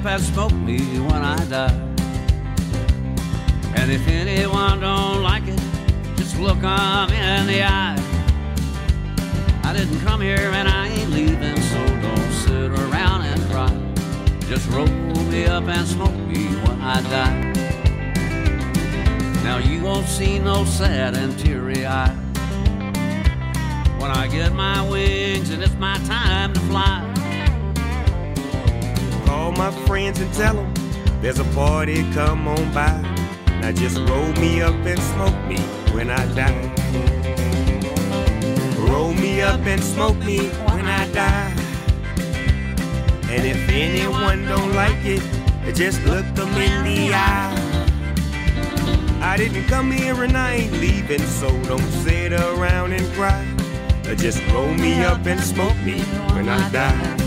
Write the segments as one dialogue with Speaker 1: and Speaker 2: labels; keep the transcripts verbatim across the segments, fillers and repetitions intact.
Speaker 1: and smoke me when I die. And if anyone don't like it, just look 'em in the eye. I didn't come here and I ain't leaving, so don't sit around and cry. Just roll me up and smoke me when I die. Now you won't see no sad and teary eye when I get my wings and it's my time to fly.
Speaker 2: Call my friends and tell them there's a party, come on by. Now just roll me up and smoke me when I die. Roll me up and smoke me when I die. And if anyone don't like it, just look them in the eye. I didn't come here and I ain't leaving, so don't sit around and cry. Just roll me up and smoke me when I die.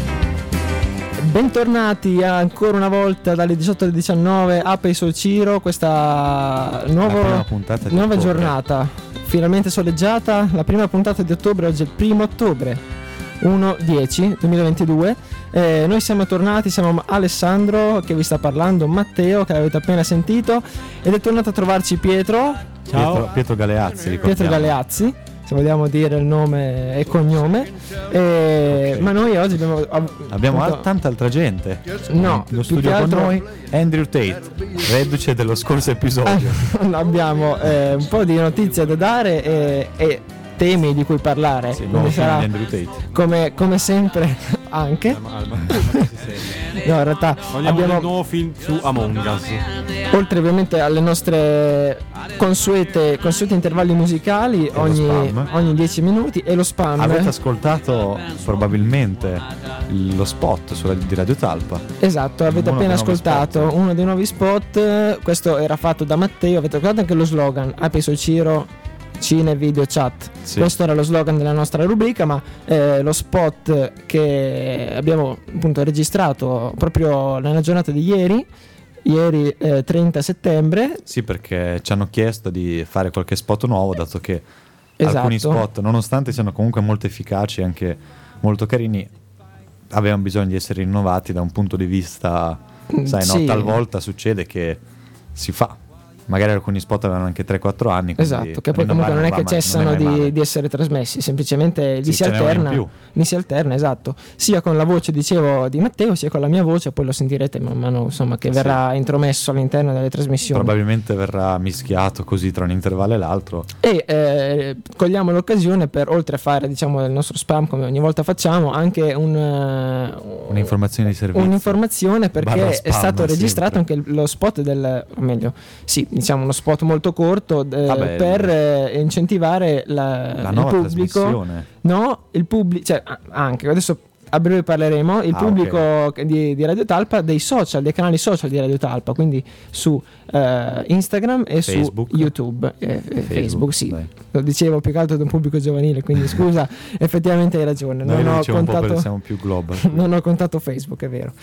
Speaker 3: Bentornati ancora una volta dalle diciotto alle diciannove a Peso Ciro, questa nuova, nuova giornata finalmente soleggiata, la prima puntata di ottobre. Oggi è il primo ottobre, primo dieci duemilaventidue. Eh, noi siamo tornati, siamo Alessandro che vi sta parlando, Matteo che l'avete appena sentito, ed è tornato a trovarci Pietro.
Speaker 4: Ciao. Pietro, Pietro Galeazzi,
Speaker 3: Pietro Galeazzi, se vogliamo dire il nome e cognome. E... okay. Ma noi oggi abbiamo
Speaker 4: abbiamo appunto... tanta altra gente.
Speaker 3: No,
Speaker 4: lo studio
Speaker 3: altro...
Speaker 4: con noi Andrew Tate, reduce dello scorso episodio.
Speaker 3: Abbiamo eh, un po' di notizie da dare e, e temi di cui parlare.
Speaker 4: Sì, no, sarà Andrew Tate.
Speaker 3: Come, come sempre anche. No, in realtà
Speaker 5: vogliamo
Speaker 3: abbiamo
Speaker 5: un nuovo film su Among Us.
Speaker 3: Oltre ovviamente alle nostre consuete consueti intervalli musicali ogni, ogni dieci minuti e lo spam.
Speaker 4: Avete ascoltato probabilmente lo spot sulla, di Radio Talpa.
Speaker 3: Esatto, avete uno appena ascoltato spot. Uno dei nuovi spot. Questo era fatto da Matteo. Avete ascoltato anche lo slogan a Peso Ciro, Cine, video, chat. Sì. Questo era lo slogan della nostra rubrica, ma eh, lo spot che abbiamo appunto registrato proprio nella giornata di ieri Ieri eh, trenta settembre.
Speaker 4: Sì, perché ci hanno chiesto di fare qualche spot nuovo, dato che
Speaker 3: esatto.
Speaker 4: alcuni spot, nonostante siano comunque molto efficaci e anche molto carini, avevano bisogno di essere rinnovati da un punto di vista, sai,
Speaker 3: sì.
Speaker 4: no? Talvolta succede che si fa. Magari alcuni spot avevano anche tre quattro anni.
Speaker 3: Esatto, che poi comunque non è che cessano di, di essere trasmessi, semplicemente li sì, si alterna, li si alterna, esatto, sia con la voce, dicevo, di Matteo, sia con la mia voce, poi lo sentirete man mano, insomma, che verrà sì. intromesso all'interno delle trasmissioni.
Speaker 4: Probabilmente verrà mischiato così tra un intervallo e l'altro.
Speaker 3: E eh, cogliamo l'occasione per, oltre a fare, diciamo, il nostro spam come ogni volta facciamo, anche un, uh,
Speaker 4: un'informazione di servizio.
Speaker 3: Un'informazione perché
Speaker 4: spam,
Speaker 3: è stato registrato
Speaker 4: sempre.
Speaker 3: anche lo spot del, o meglio, sì, diciamo uno spot molto corto eh, Vabbè, per eh, incentivare la,
Speaker 4: la
Speaker 3: il
Speaker 4: nuova
Speaker 3: pubblico.
Speaker 4: Trasmissione.
Speaker 3: No, il pubblico, cioè anche adesso a breve parleremo, il ah, pubblico okay. di, di Radio Talpa, dei social, dei canali social di Radio Talpa, quindi su eh, Instagram e
Speaker 4: Facebook.
Speaker 3: su YouTube e, e Facebook, Facebook, sì.
Speaker 4: Dai.
Speaker 3: Lo dicevo più che altro da un pubblico giovanile, quindi scusa, effettivamente hai ragione.
Speaker 4: Noi
Speaker 3: non
Speaker 4: lo
Speaker 3: ho contato,
Speaker 4: un po' siamo più global.
Speaker 3: Non ho contato Facebook, è vero.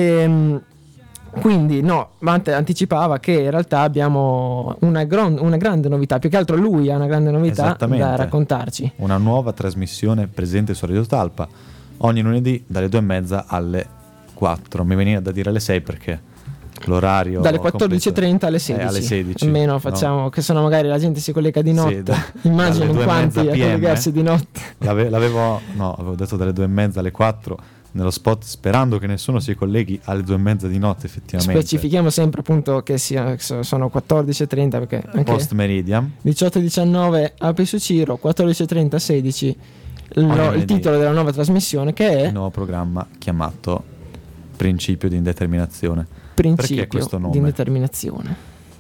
Speaker 3: E, quindi no, Mante anticipava che in realtà abbiamo una, gran, una grande novità, più che altro lui ha una grande novità da raccontarci.
Speaker 4: Una nuova trasmissione presente su Radio Talpa ogni lunedì dalle due e mezza alle quattro. Mi veniva da dire alle sei perché l'orario
Speaker 3: dalle quattordici e trenta alle sedici,
Speaker 4: eh, alle sedici.
Speaker 3: Almeno facciamo, no? Che sennò magari la gente si collega di notte. Sì, da, immagino in quanti a collegarsi di notte.
Speaker 4: L'ave, l'avevo no, avevo detto dalle due e mezza alle quattro nello spot, sperando che nessuno si colleghi alle due e mezza di notte. Effettivamente
Speaker 3: specifichiamo sempre appunto che sia, sono quattordici e trenta perché anche
Speaker 4: post meridian,
Speaker 3: diciotto e diciannove a Peso Ciro, quattordici e trenta sedici lo, il titolo della nuova trasmissione, che è
Speaker 4: il nuovo programma chiamato Principio di Indeterminazione.
Speaker 3: Principio
Speaker 4: Perché questo nome?
Speaker 3: Di Indeterminazione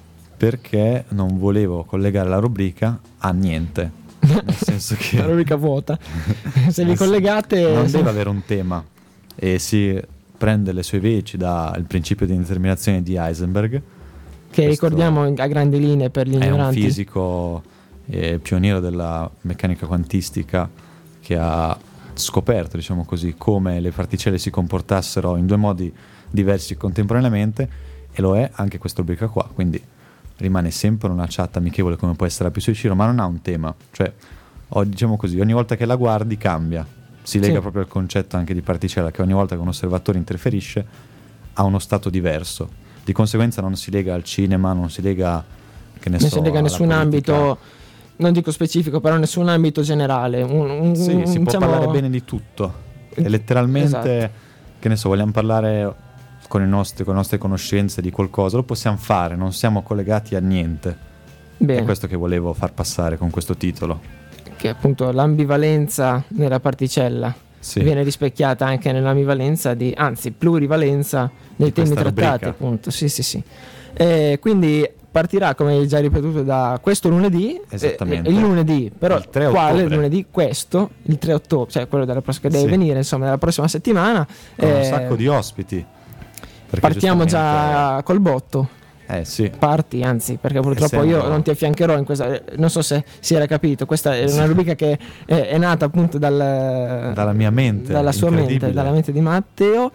Speaker 4: perché non volevo collegare la rubrica a niente, nel senso che
Speaker 3: la rubrica vuota. Se vi collegate
Speaker 4: non
Speaker 3: se...
Speaker 4: deve avere un tema e si prende le sue veci dal principio di indeterminazione di Heisenberg,
Speaker 3: che
Speaker 4: questo
Speaker 3: ricordiamo a grandi linee per gli
Speaker 4: è
Speaker 3: ignoranti.
Speaker 4: Un fisico eh, pioniero della meccanica quantistica che ha scoperto, diciamo così, come le particelle si comportassero in due modi diversi contemporaneamente, e lo è anche questa rubrica qua, quindi rimane sempre una chat amichevole come può essere la Peso Ciro, ma non ha un tema, cioè o, diciamo così, ogni volta che la guardi cambia, si lega sì. proprio al concetto anche di particella, che ogni volta che un osservatore interferisce ha uno stato diverso, di conseguenza non si lega al cinema, non si lega, che ne
Speaker 3: non
Speaker 4: so,
Speaker 3: si lega a nessun
Speaker 4: alla
Speaker 3: ambito, non dico specifico, però nessun ambito generale. Un, un,
Speaker 4: sì,
Speaker 3: un,
Speaker 4: si può
Speaker 3: diciamo...
Speaker 4: parlare bene di tutto, e letteralmente,
Speaker 3: esatto.
Speaker 4: che ne so, vogliamo parlare con, i nostri, con le nostre conoscenze di qualcosa, lo possiamo fare, non siamo collegati a niente.
Speaker 3: Bene.
Speaker 4: È questo che volevo far passare con questo titolo,
Speaker 3: che appunto l'ambivalenza nella particella
Speaker 4: sì.
Speaker 3: viene rispecchiata anche nell'ambivalenza di, anzi plurivalenza dei temi trattati, rubrica. Appunto sì sì sì e quindi partirà, come hai già ripetuto, da questo lunedì.
Speaker 4: Esattamente.
Speaker 3: Eh, il lunedì, però
Speaker 4: il tre
Speaker 3: quale
Speaker 4: ottobre.
Speaker 3: lunedì? Questo, il tre ottobre, cioè quello della prossima, che deve
Speaker 4: sì.
Speaker 3: venire, insomma, della prossima settimana.
Speaker 4: Con
Speaker 3: eh,
Speaker 4: un sacco di ospiti.
Speaker 3: Partiamo già col botto.
Speaker 4: Eh sì.
Speaker 3: Parti, anzi, perché purtroppo
Speaker 4: Essendo...
Speaker 3: io non ti affiancherò in questa. Non so se si era capito. Questa è una rubrica che è, è nata appunto dal,
Speaker 4: dalla mia mente,
Speaker 3: dalla sua mente, dalla mente di Matteo.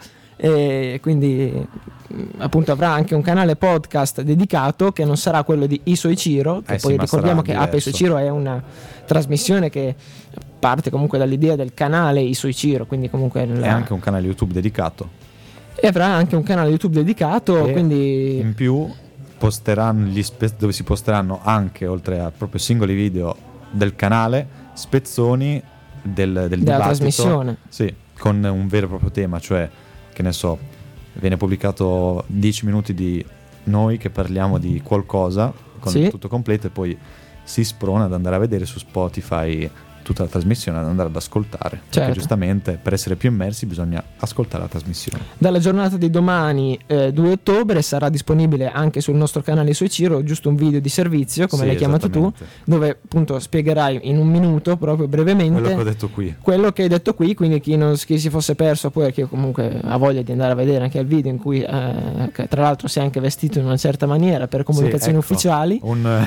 Speaker 3: E quindi appunto avrà anche un canale podcast dedicato, che non sarà quello di Iso e Ciro, che
Speaker 4: eh
Speaker 3: poi
Speaker 4: sì,
Speaker 3: ricordiamo che
Speaker 4: diverso.
Speaker 3: Ape Iso e Ciro è una trasmissione che parte comunque dall'idea del canale Iso e Ciro, quindi comunque
Speaker 4: è anche un canale YouTube dedicato.
Speaker 3: E avrà anche un canale YouTube dedicato,
Speaker 4: e
Speaker 3: quindi
Speaker 4: in più posteranno gli spe- dove si posteranno anche, oltre a proprio singoli video del canale, spezzoni del, del
Speaker 3: della
Speaker 4: dibattito,
Speaker 3: trasmissione.
Speaker 4: sì, con un vero e proprio tema, cioè, che ne so, viene pubblicato dieci minuti di noi che parliamo di qualcosa con
Speaker 3: sì.
Speaker 4: tutto completo, e poi si sprona ad andare a vedere su Spotify tutta la trasmissione, ad andare ad ascoltare,
Speaker 3: certo.
Speaker 4: Perché giustamente per essere più immersi bisogna ascoltare la trasmissione.
Speaker 3: Dalla giornata di domani, eh, due ottobre, sarà disponibile anche sul nostro canale Iso e Ciro giusto un video di servizio, come
Speaker 4: sì,
Speaker 3: l'hai chiamato tu, dove appunto spiegherai in un minuto, proprio brevemente,
Speaker 4: quello che ho detto qui,
Speaker 3: quello che hai detto qui, quindi chi, non, chi si fosse perso, poi chi comunque ha voglia di andare a vedere anche il video in cui eh, tra l'altro si è anche vestito in una certa maniera per comunicazioni
Speaker 4: sì, ecco,
Speaker 3: ufficiali.
Speaker 4: un,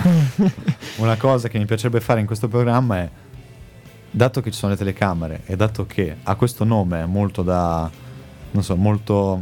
Speaker 4: una cosa che mi piacerebbe fare in questo programma è, dato che ci sono le telecamere e dato che ha questo nome molto da, non so, molto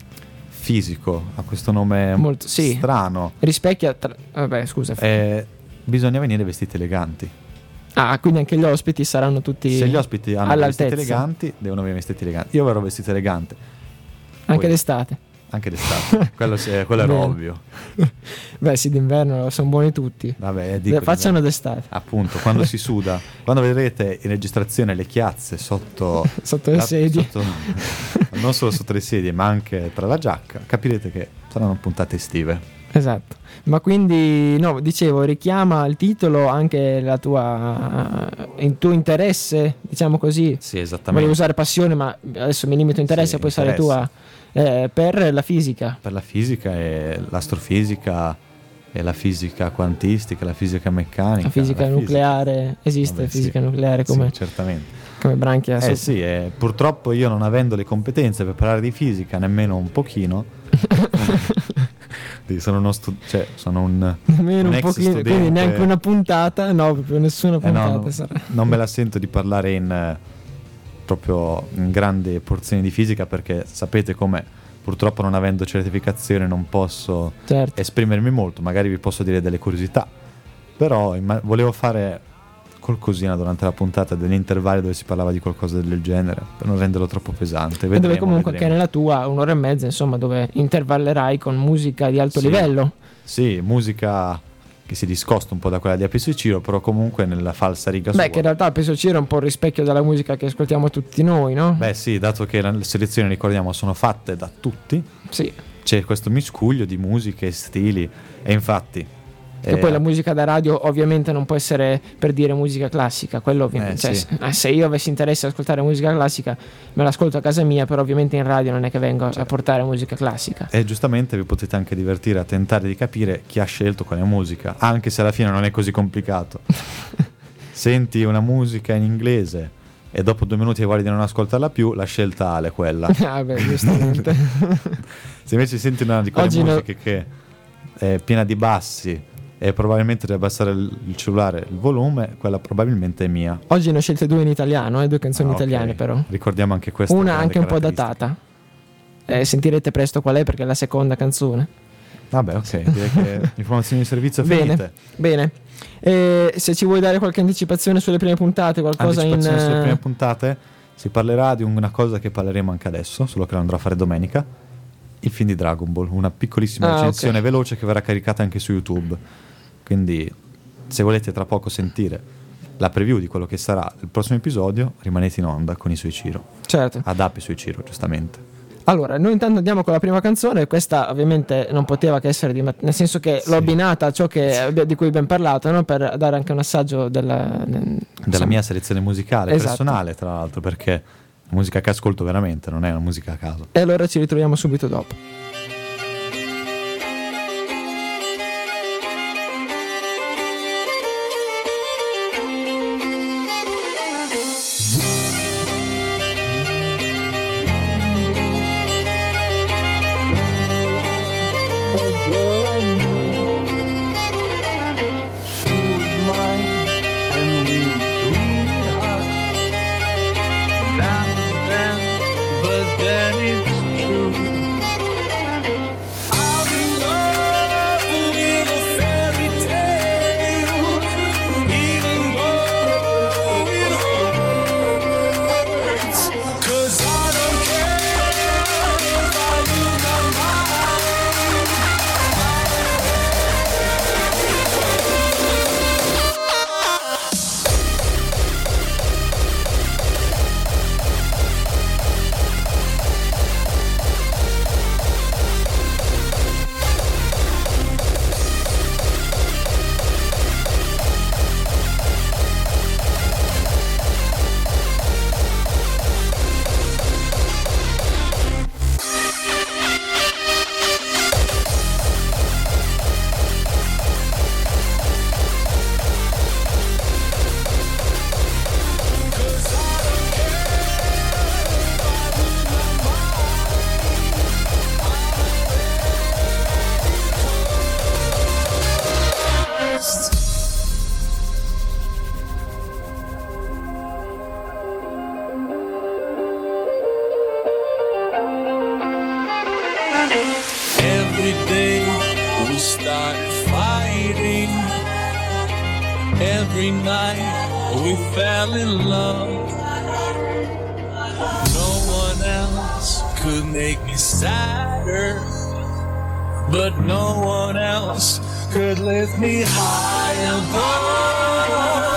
Speaker 4: fisico, ha questo nome
Speaker 3: molto, sì.
Speaker 4: strano,
Speaker 3: rispecchia tra... vabbè scusa
Speaker 4: eh, bisogna venire vestiti eleganti.
Speaker 3: Ah, quindi anche gli ospiti saranno tutti
Speaker 4: se gli ospiti hanno
Speaker 3: all'altezza.
Speaker 4: vestiti eleganti, devono venire vestiti eleganti. Io verrò vestito elegante
Speaker 3: anche
Speaker 4: poi,
Speaker 3: d'estate.
Speaker 4: Anche d'estate, quello, sì, quello era ovvio.
Speaker 3: Beh sì, d'inverno sono buoni tutti.
Speaker 4: Vabbè, dico,
Speaker 3: facciano d'estate.
Speaker 4: Appunto, quando si suda, quando vedrete in registrazione le chiazze sotto
Speaker 3: sotto le
Speaker 4: la,
Speaker 3: sedie,
Speaker 4: sotto, non solo sotto le sedie ma anche tra la giacca, capirete che saranno puntate estive.
Speaker 3: Esatto. Ma quindi no, dicevo, richiama il titolo anche la tua il tuo interesse, diciamo così.
Speaker 4: Sì, esattamente.
Speaker 3: Volevo usare passione, ma adesso mi limito a interesse,
Speaker 4: sì,
Speaker 3: poi
Speaker 4: interesse.
Speaker 3: sarà tua. Eh, per la fisica.
Speaker 4: Per la fisica e l'astrofisica e la fisica quantistica, la fisica meccanica.
Speaker 3: La fisica
Speaker 4: la
Speaker 3: nucleare,
Speaker 4: fisica.
Speaker 3: esiste
Speaker 4: Vabbè,
Speaker 3: fisica
Speaker 4: sì.
Speaker 3: nucleare come,
Speaker 4: sì, certamente.
Speaker 3: come branchia.
Speaker 4: Eh
Speaker 3: sotto.
Speaker 4: sì, eh, purtroppo io non avendo le competenze per parlare di fisica, nemmeno un pochino, sono uno stu- cioè sono un,
Speaker 3: nemmeno
Speaker 4: un
Speaker 3: un
Speaker 4: ex
Speaker 3: pochino,
Speaker 4: studente.
Speaker 3: quindi neanche una puntata, no, proprio nessuna
Speaker 4: Eh
Speaker 3: puntata
Speaker 4: no,
Speaker 3: sarà.
Speaker 4: Non me la sento di parlare in eh, proprio in grandi porzioni di fisica, perché sapete com'è. Purtroppo, non avendo certificazione, non posso
Speaker 3: certo.
Speaker 4: esprimermi molto. Magari vi posso dire delle curiosità, però imma- volevo fare qualcosina durante la puntata, degli intervalli dove si parlava di qualcosa del genere, per non renderlo troppo pesante. Vedremo,
Speaker 3: e dove comunque
Speaker 4: vedremo.
Speaker 3: anche nella tua un'ora e mezza, insomma, dove intervallerai con musica di alto
Speaker 4: sì.
Speaker 3: livello.
Speaker 4: Sì, musica che si discosta un po' da quella di Ape Iso e Ciro, però comunque nella falsa riga
Speaker 3: Beh,
Speaker 4: sua.
Speaker 3: che in realtà penso Ciro è un po' il rispecchio della musica che ascoltiamo tutti noi, no?
Speaker 4: Beh sì, dato che le selezioni, ricordiamo, sono fatte da tutti,
Speaker 3: sì.
Speaker 4: c'è questo miscuglio di musiche e stili, e infatti
Speaker 3: che
Speaker 4: eh,
Speaker 3: poi la musica da radio ovviamente non può essere, per dire, musica classica, quello ovviamente,
Speaker 4: eh,
Speaker 3: cioè,
Speaker 4: sì.
Speaker 3: se, se io avessi interesse ad ascoltare musica classica me l'ascolto a casa mia, però ovviamente in radio non è che vengo
Speaker 4: Cioè.
Speaker 3: a portare musica classica.
Speaker 4: E giustamente vi potete anche divertire a tentare di capire chi ha scelto quale musica, anche se alla fine non è così complicato. Senti una musica in inglese e dopo due minuti hai voglia di non ascoltarla più, la scelta è quella.
Speaker 3: Ah beh, giustamente.
Speaker 4: Se invece senti una di quelle
Speaker 3: Oggi
Speaker 4: musiche no... che è piena di bassi e probabilmente devi abbassare il cellulare, il volume, quella probabilmente è mia.
Speaker 3: Oggi ne ho scelte due in italiano, eh, due canzoni
Speaker 4: Ah,
Speaker 3: italiane
Speaker 4: okay.
Speaker 3: però.
Speaker 4: Ricordiamo anche questa.
Speaker 3: Una anche un po'
Speaker 4: caratteristica.
Speaker 3: datata. Eh, sentirete presto qual è, perché è la seconda canzone.
Speaker 4: Vabbè, ok, direi che informazioni di servizio
Speaker 3: bene,
Speaker 4: finite.
Speaker 3: Bene. Eh, se ci vuoi dare qualche anticipazione sulle prime puntate, qualcosa in
Speaker 4: sulle prime puntate, si parlerà di una cosa che parleremo anche adesso, solo che lo andrò a fare domenica. il film di Dragon Ball, una piccolissima
Speaker 3: ah,
Speaker 4: recensione
Speaker 3: okay.
Speaker 4: veloce che verrà caricata anche su YouTube. Quindi se volete tra poco sentire la preview di quello che sarà il prossimo episodio, rimanete in onda con i Soichiro.
Speaker 3: Certo.
Speaker 4: Ad Api Soichiro, giustamente.
Speaker 3: Allora, noi intanto andiamo con la prima canzone. Questa ovviamente non poteva che essere di Matt- nel senso che sì. l'ho abbinata a ciò che, di cui abbiamo parlato, no? Per dare anche un assaggio della,
Speaker 4: della insomma, mia selezione musicale, esatto. personale tra l'altro, perché la musica che ascolto veramente non è una musica a caso.
Speaker 3: E allora ci ritroviamo subito dopo.
Speaker 6: Every night we fell in love. No one else could make me sadder, but no one else could lift me high above.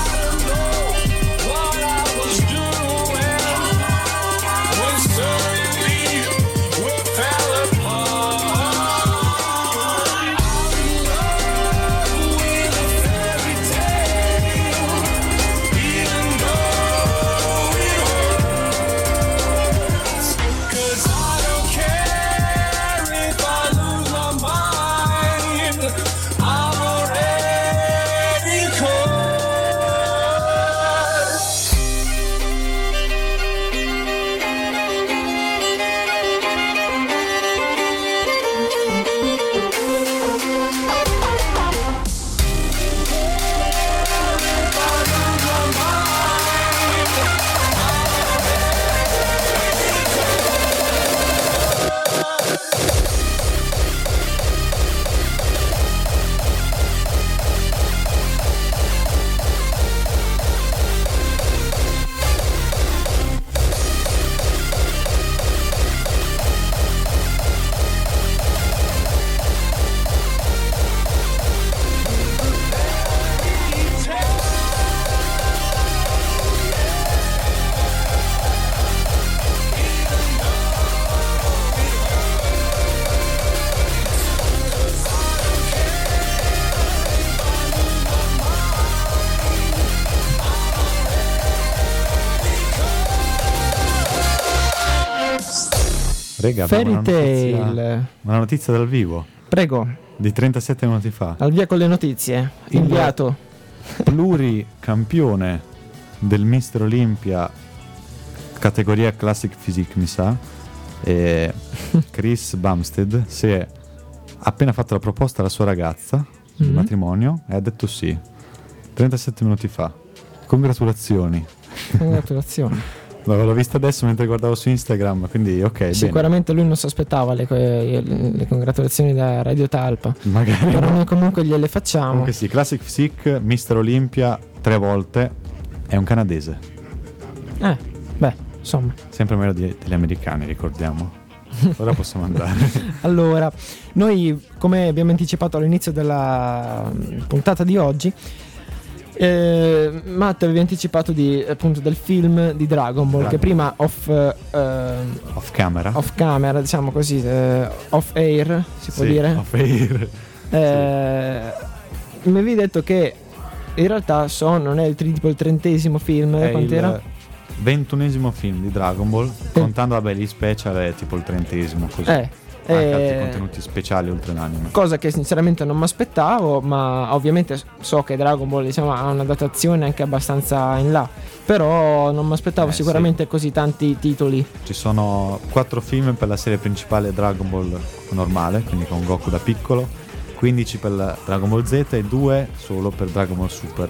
Speaker 4: Rega,
Speaker 3: Fairy
Speaker 4: una notizia,
Speaker 3: Tail.
Speaker 4: una notizia dal vivo.
Speaker 3: Prego.
Speaker 4: Di trentasette minuti fa.
Speaker 3: Al via con le notizie.
Speaker 4: Il
Speaker 3: Inviato.
Speaker 4: Pluricampione del mister Olympia categoria Classic Physique, mi sa, e Chris Bumstead si è appena fatto la proposta alla sua ragazza mm-hmm. di matrimonio e ha detto sì. trentasette minuti fa. Congratulazioni.
Speaker 3: Congratulazioni.
Speaker 4: L'ho vista adesso mentre guardavo su Instagram, quindi ok.
Speaker 3: Sicuramente
Speaker 4: bene.
Speaker 3: lui non si aspettava le, le congratulazioni da Radio Talpa.
Speaker 4: Magari.
Speaker 3: Però noi comunque gliele facciamo.
Speaker 4: Comunque sì, Classic Physique, mister Olympia tre volte, è un canadese.
Speaker 3: Eh, beh, insomma.
Speaker 4: Sempre meglio di, degli americani, ricordiamo. Ora possiamo andare.
Speaker 3: Allora, noi, come abbiamo anticipato all'inizio della puntata di oggi, eh, Matt aveva anticipato di, appunto, del film di Dragon Ball, Dragon. che prima off, eh,
Speaker 4: off camera,
Speaker 3: off camera, diciamo così, eh, off air, si può
Speaker 4: sì,
Speaker 3: dire?
Speaker 4: Off air.
Speaker 3: Eh, sì. Mi avevi detto che in realtà so, non è il, tipo il trentesimo film,
Speaker 4: è
Speaker 3: quant'era?
Speaker 4: il ventunesimo film di Dragon Ball, eh. contando vabbè gli special è tipo il trentesimo, così.
Speaker 3: Eh.
Speaker 4: Anche
Speaker 3: eh,
Speaker 4: altri contenuti speciali oltre l'anime.
Speaker 3: Cosa che sinceramente non mi aspettavo, ma ovviamente so che Dragon Ball, diciamo, ha una datazione anche abbastanza in là, però non mi aspettavo
Speaker 4: eh,
Speaker 3: sicuramente
Speaker 4: sì.
Speaker 3: così tanti titoli.
Speaker 4: Ci sono quattro film per la serie principale Dragon Ball normale, quindi con Goku da piccolo, quindici per la Dragon Ball Z e due solo per Dragon Ball Super.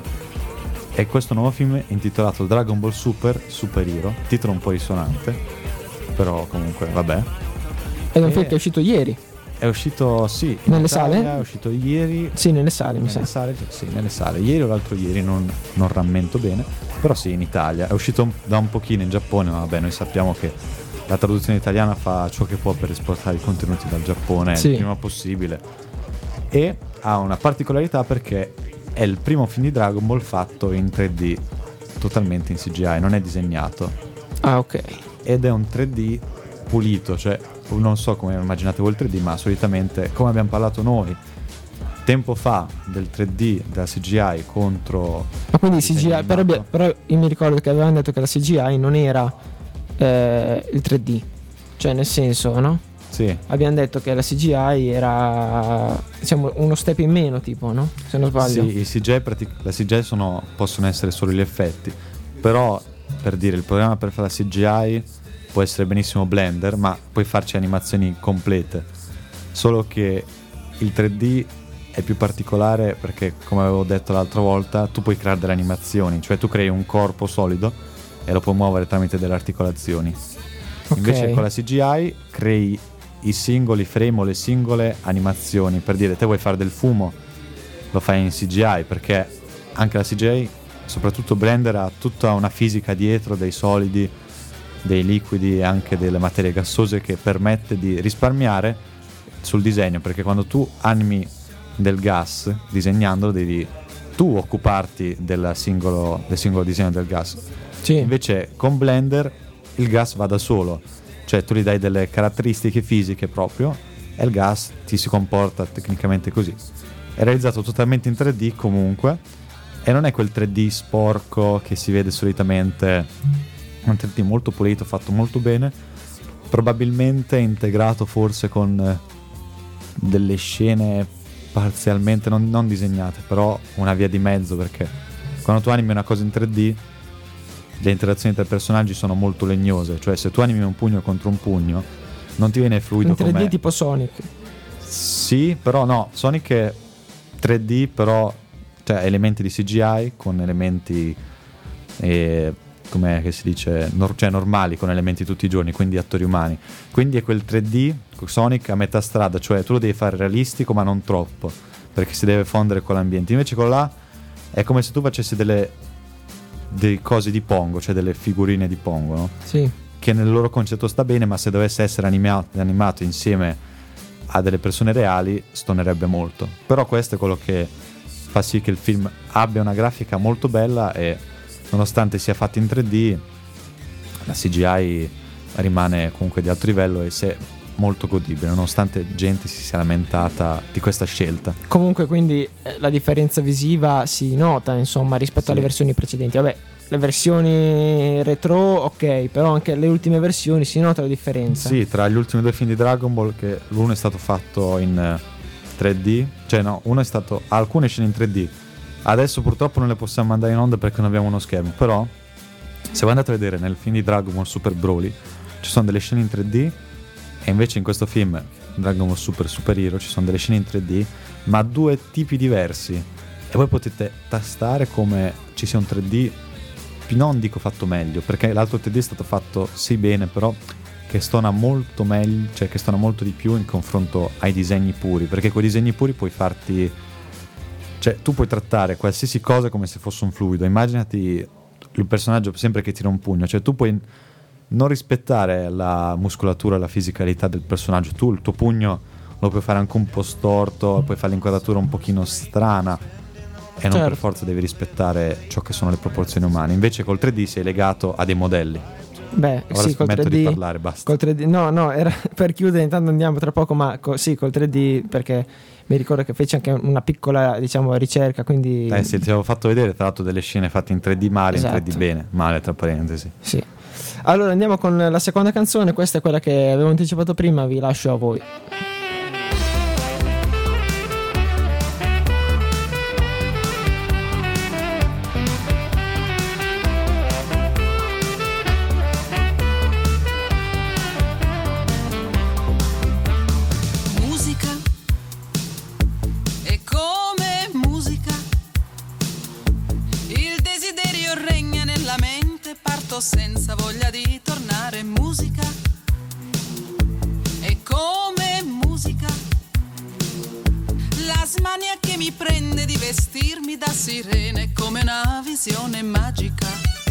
Speaker 4: E questo nuovo film è intitolato Dragon Ball Super Super Hero, titolo un po' risonante, però comunque vabbè.
Speaker 3: È un film che è uscito ieri.
Speaker 4: È uscito, sì, in
Speaker 3: nelle
Speaker 4: Italia,
Speaker 3: sale?
Speaker 4: È uscito ieri.
Speaker 3: Sì, nelle sale, mi
Speaker 4: nelle
Speaker 3: sa.
Speaker 4: Sale, sì, nelle sale. Ieri o l'altro ieri, non, non rammento bene. Però sì, in Italia. È uscito da un pochino in Giappone, ma vabbè, noi sappiamo che la traduzione italiana fa ciò che può per esportare i contenuti dal Giappone
Speaker 3: sì.
Speaker 4: il prima possibile. E ha una particolarità perché è il primo film di Dragon Ball fatto in tre D, totalmente in C G I, non è disegnato.
Speaker 3: Ah, ok.
Speaker 4: Ed è un tre D pulito, cioè non so come immaginate voi il tre D, ma solitamente, come abbiamo parlato noi tempo fa, del tre D, della C G I contro.
Speaker 3: Ma quindi C G I, però, però io mi ricordo che avevano detto che la C G I non era eh, il tre D, cioè nel senso, no?
Speaker 4: Sì.
Speaker 3: Abbiamo detto che la C G I era, diciamo, uno step in meno, tipo, no? Se non sbaglio.
Speaker 4: Sì, il C G I pratic- la C G I sono, possono essere solo gli effetti, però per dire il programma per fare la C G I può essere benissimo Blender, ma puoi farci animazioni complete, solo che il tre D è più particolare perché, come avevo detto l'altra volta, tu puoi creare delle animazioni, cioè tu crei un corpo solido e lo puoi muovere tramite delle articolazioni. Okay. Invece con la C G I crei i singoli frame o le singole animazioni. Per dire, te vuoi fare del fumo, lo fai in C G I, perché anche la C G I, soprattutto Blender, ha tutta una fisica dietro, dei solidi, dei liquidi e anche delle materie gassose, che permette di risparmiare sul disegno, perché quando tu animi del gas disegnandolo devi tu occuparti del singolo, del singolo disegno del gas.
Speaker 3: Sì.
Speaker 4: Invece con Blender il gas va da solo, cioè tu gli dai delle caratteristiche fisiche proprio e il gas ti si comporta tecnicamente così. È realizzato totalmente in tre D comunque, e non è quel tre D sporco che si vede solitamente, un tre D molto pulito, fatto molto bene, probabilmente integrato forse con delle scene parzialmente non, non disegnate, però una via di mezzo, perché quando tu animi una cosa in tre D le interazioni tra i personaggi sono molto legnose, cioè se tu animi un pugno contro un pugno non ti viene fluido
Speaker 3: in tre D
Speaker 4: com'è.
Speaker 3: Tipo Sonic.
Speaker 4: Sì, però no, Sonic è tre D, però cioè elementi di C G I con elementi eh, come che si dice, nor- cioè normali, con elementi tutti i giorni, quindi attori umani. Quindi è quel tre D Sonic a metà strada, cioè tu lo devi fare realistico ma non troppo, perché si deve fondere con l'ambiente. Invece con là è come se tu facessi delle dei cosi di Pongo, cioè delle figurine di Pongo, no?
Speaker 3: Sì.
Speaker 4: Che nel loro concetto sta bene, ma se dovesse essere animato, animato insieme a delle persone reali stonerebbe molto. Però questo è quello che fa sì che il film abbia una grafica molto bella, e nonostante sia fatto in tre D la C G I rimane comunque di alto livello e se molto godibile, nonostante gente si sia lamentata di questa scelta.
Speaker 3: Comunque, quindi eh, la differenza visiva si nota, insomma, rispetto
Speaker 4: sì.
Speaker 3: alle versioni precedenti. Vabbè, le versioni retro, ok, però anche le ultime versioni si nota la differenza.
Speaker 4: Sì, tra gli ultimi due film di Dragon Ball, che l'uno è stato fatto in tre D, cioè no, uno è stato ha alcune scene in tre D. Adesso purtroppo non le possiamo mandare in onda perché non abbiamo uno schermo, però se voi andate a vedere nel film di Dragon Ball Super Broly ci sono delle scene in tre D, e invece in questo film Dragon Ball Super Super Hero ci sono delle scene in tre D ma due tipi diversi, e voi potete tastare come ci sia un tre D, non dico fatto meglio, perché l'altro tre D è stato fatto sì bene, però che stona molto meglio, cioè che stona molto di più in confronto ai disegni puri, perché con i disegni puri puoi farti, cioè tu puoi trattare qualsiasi cosa come se fosse un fluido. Immaginati il personaggio sempre che tira un pugno, cioè tu puoi non rispettare la muscolatura e la fisicalità del personaggio. Tu il tuo pugno lo puoi fare anche un po' storto, puoi fare l'inquadratura un pochino strana e non
Speaker 3: Certo.
Speaker 4: per forza devi rispettare ciò che sono le proporzioni umane. Invece col tre D sei legato a dei modelli.
Speaker 3: Beh,
Speaker 4: Ora
Speaker 3: sì, col
Speaker 4: smetto
Speaker 3: tre D,
Speaker 4: di parlare, basta.
Speaker 3: col tre D, no, no, era per chiudere, intanto andiamo tra poco, ma co- sì, col tre D, perché mi ricordo che feci anche una piccola, diciamo, ricerca, quindi...
Speaker 4: Eh sì, ti avevo fatto vedere tra l'altro delle scene fatte in tre D male,
Speaker 3: Esatto.
Speaker 4: in tre D bene, male tra parentesi.
Speaker 3: Sì. Allora andiamo con la seconda canzone, questa è quella che avevo anticipato prima, vi lascio a voi.
Speaker 7: Musica è come musica, il desiderio regna nella mente, parto senza voglia di tornare. Musica è come musica, la smania che mi prende di vestirmi da sirene come una visione magica.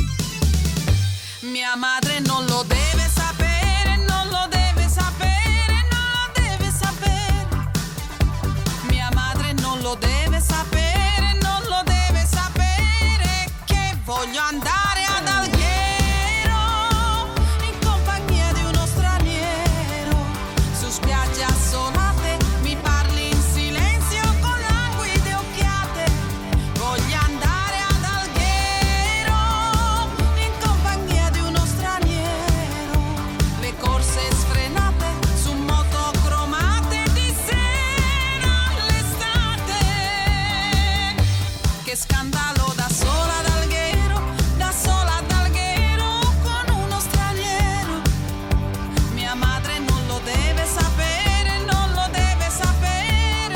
Speaker 7: Mia madre non lo deve sapere, non lo deve sapere, non lo deve sapere. Mia madre non lo deve sapere, non lo deve sapere che voglio andare ad Alghero in compagnia di uno straniero. Su spiagge assolate mi parli in silenzio con languide occhiate. Voglio andare ad Alghero in compagnia di uno straniero. Le corse sfrenate su moto cromate di sera all'estate. Che scandalo, da sola ad Alghero, da sola ad Alghero con uno straniero. Mia madre non lo deve sapere, non lo deve sapere.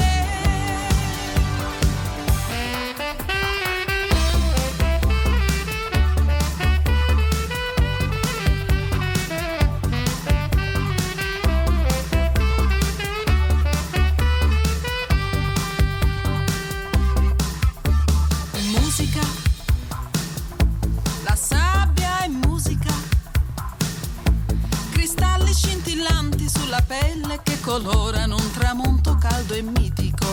Speaker 7: Musica, la sabbia è musica, cristalli scintillanti sulla pelle che colorano un tramonto caldo e mitico.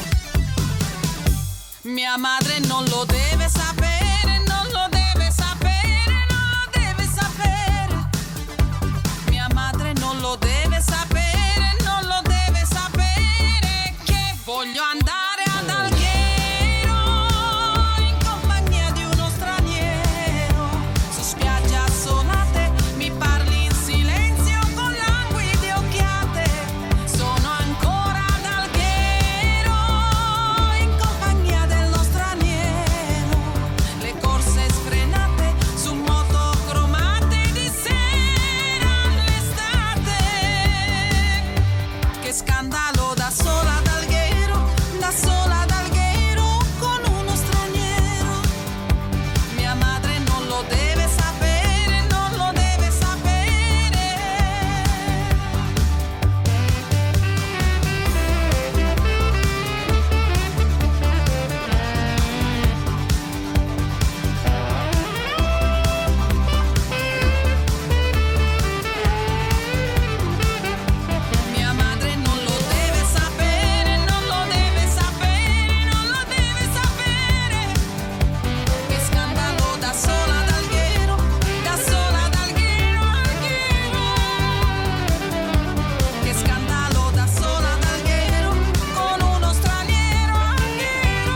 Speaker 7: Mia madre non lo deve sapere, non lo deve sapere, non lo deve sapere. Mia madre non lo deve sapere, non lo deve sapere che voglio andare ad Alghero in compagnia di uno straniero. Su spiagge assolate mi parli in silenzio con languide occhiate. Sono ancora ad Alghero in compagnia dello straniero. Le corse sfrenate su moto cromate di sera all'estate. Che scandalo, da sola ad Alghero, da sola ad Alghero con uno straniero. Mia madre non lo deve sapere, non lo deve sapere. Mia madre non lo deve sapere, non lo deve sapere, non lo deve sapere. Che scandalo, da sola ad Alghero, da sola ad Alghero, Alghero. Che scandalo, da sola ad Alghero con uno straniero, Alghero.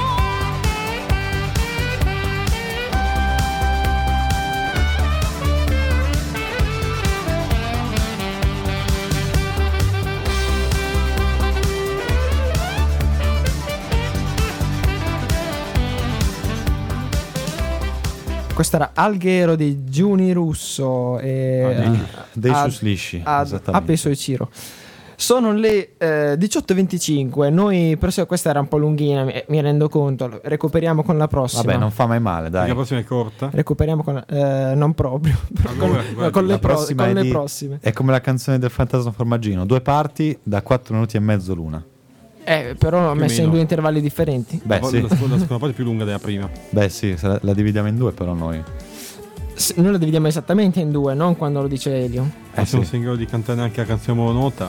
Speaker 3: Questo era Alghero di Giuni Russo e
Speaker 4: Ah, dei- dei
Speaker 3: ad-
Speaker 4: Suslisci,
Speaker 3: ad
Speaker 4: esattamente.
Speaker 3: Apeso e Ciro. Sono le eh, diciotto e venticinque. Noi, però, se questa era un po' lunghina, mi, mi rendo conto. Recuperiamo con la prossima.
Speaker 4: Vabbè, non fa mai male, dai.
Speaker 5: La prossima è corta.
Speaker 3: Recuperiamo con eh, non proprio. con,
Speaker 5: Allora, guarda,
Speaker 3: con le,
Speaker 4: La
Speaker 3: pro-
Speaker 4: prossima
Speaker 3: con
Speaker 4: è,
Speaker 3: le
Speaker 4: di-
Speaker 3: prossime.
Speaker 4: è come la canzone del Fantasma Formaggino, due parti da quattro minuti e mezzo l'una.
Speaker 3: Eh, però ho
Speaker 5: Più o
Speaker 3: messo in
Speaker 5: meno.
Speaker 3: due intervalli differenti.
Speaker 4: Beh,
Speaker 5: la,
Speaker 4: sì.
Speaker 5: la seconda, la seconda parte è più lunga della prima.
Speaker 4: Beh, sì, se la, la dividiamo in due, però noi.
Speaker 3: S- noi lo dividiamo esattamente in due, non quando lo dice Elio.
Speaker 5: Eh, se
Speaker 4: sì.
Speaker 5: non sei in grado di cantare neanche la canzone mononota,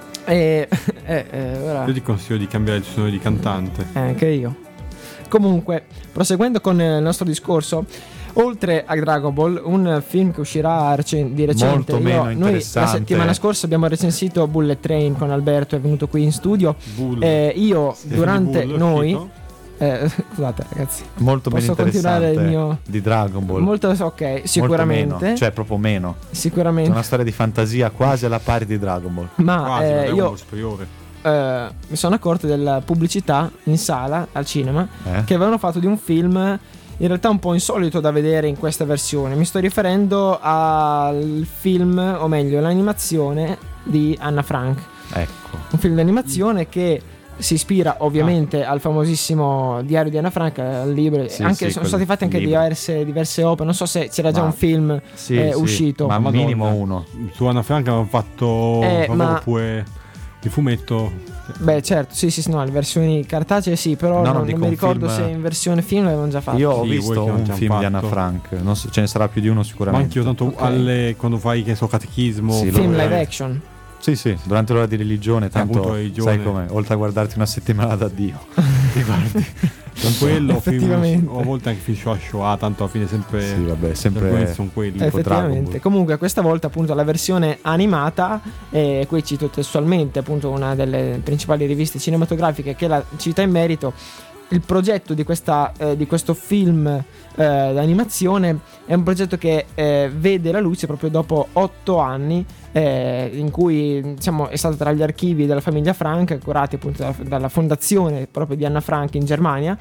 Speaker 3: E eh, eh, ora-
Speaker 5: io ti consiglio di cambiare il suono di cantante.
Speaker 3: Eh, anche io. Comunque, proseguendo con il nostro discorso, oltre a Dragon Ball, un film che uscirà recen- di recente,
Speaker 4: Molto meno
Speaker 3: noi la
Speaker 4: interessante.
Speaker 3: settimana scorsa abbiamo recensito Bullet Train con Alberto, è venuto qui in studio.
Speaker 5: Bull.
Speaker 3: Eh, io
Speaker 5: Stefani
Speaker 3: durante
Speaker 5: Bull,
Speaker 3: noi
Speaker 5: uscito.
Speaker 3: eh, scusate ragazzi,
Speaker 4: Molto meno
Speaker 3: posso continuare
Speaker 4: interessante
Speaker 3: il mio
Speaker 4: di Dragon Ball.
Speaker 3: molto ok,
Speaker 4: Molto
Speaker 3: sicuramente,
Speaker 4: meno, cioè proprio meno. C'è
Speaker 3: sicuramente,
Speaker 4: una storia di fantasia quasi alla pari di Dragon Ball.
Speaker 3: ma
Speaker 5: Quasi,
Speaker 3: eh,
Speaker 5: Dragon
Speaker 3: io
Speaker 5: Ball superiore.
Speaker 3: eh, mi sono accorto della pubblicità in sala al cinema
Speaker 4: Eh?
Speaker 3: che avevano fatto di un film in realtà un po' insolito da vedere in questa versione. Mi sto riferendo al film, o meglio l'animazione di Anna Frank,
Speaker 4: Ecco.
Speaker 3: un film d'animazione che si ispira ovviamente al famosissimo Diario di Anna Frank, al libro.
Speaker 4: Sì,
Speaker 3: anche,
Speaker 4: sì,
Speaker 3: sono
Speaker 4: quel
Speaker 3: stati fatti anche
Speaker 4: libro.
Speaker 3: diverse, diverse opere, non so se c'era già
Speaker 4: Ma-
Speaker 3: un film
Speaker 4: Sì,
Speaker 3: eh,
Speaker 4: sì,
Speaker 3: uscito.
Speaker 4: ma
Speaker 5: Madonna.
Speaker 4: minimo uno.
Speaker 5: Su Anna Franca hanno fatto
Speaker 3: Eh,
Speaker 5: fatto
Speaker 3: ma-
Speaker 5: pure il fumetto.
Speaker 3: Beh certo, sì sì sì, no, le versioni cartacee sì, però
Speaker 4: No,
Speaker 3: non,
Speaker 4: no,
Speaker 3: non
Speaker 4: dico
Speaker 3: mi
Speaker 4: un
Speaker 3: ricordo
Speaker 4: film-
Speaker 3: se in versione film l'avevano già fatto.
Speaker 4: Io ho
Speaker 5: Sì, voi
Speaker 4: visto
Speaker 5: che non
Speaker 4: un
Speaker 5: ci han
Speaker 4: film di Anna
Speaker 5: fatto.
Speaker 4: Frank, non so- ce ne sarà più di uno
Speaker 5: Ma
Speaker 4: sicuramente.
Speaker 5: anch'io tanto
Speaker 3: Ok.
Speaker 5: alle, quando fai che so catechismo,
Speaker 4: Sì,
Speaker 3: Film
Speaker 4: lo-
Speaker 3: live action.
Speaker 4: Sì, sì, durante l'ora di religione, tanto
Speaker 5: appunto, religione.
Speaker 4: sai com'è, oltre a guardarti una settimana da Dio, ti guardi.
Speaker 5: con quello film,
Speaker 3: Effettivamente.
Speaker 5: o a volte anche film Shoah Shoah, tanto alla fine sempre
Speaker 4: Sì, vabbè,
Speaker 5: sempre
Speaker 4: sempre
Speaker 5: sono quelli.
Speaker 4: tipo Dragon
Speaker 3: Effettivamente.
Speaker 4: Ball.
Speaker 3: Comunque questa volta appunto la versione animata, e qui cito testualmente appunto una delle principali riviste cinematografiche che la cita in merito. Il progetto di, questa, eh, di questo film eh, d'animazione è un progetto che eh, vede la luce proprio dopo otto anni eh, in cui diciamo, è stato tra gli archivi della famiglia Frank, curati appunto dalla, dalla fondazione proprio di Anna Frank in Germania,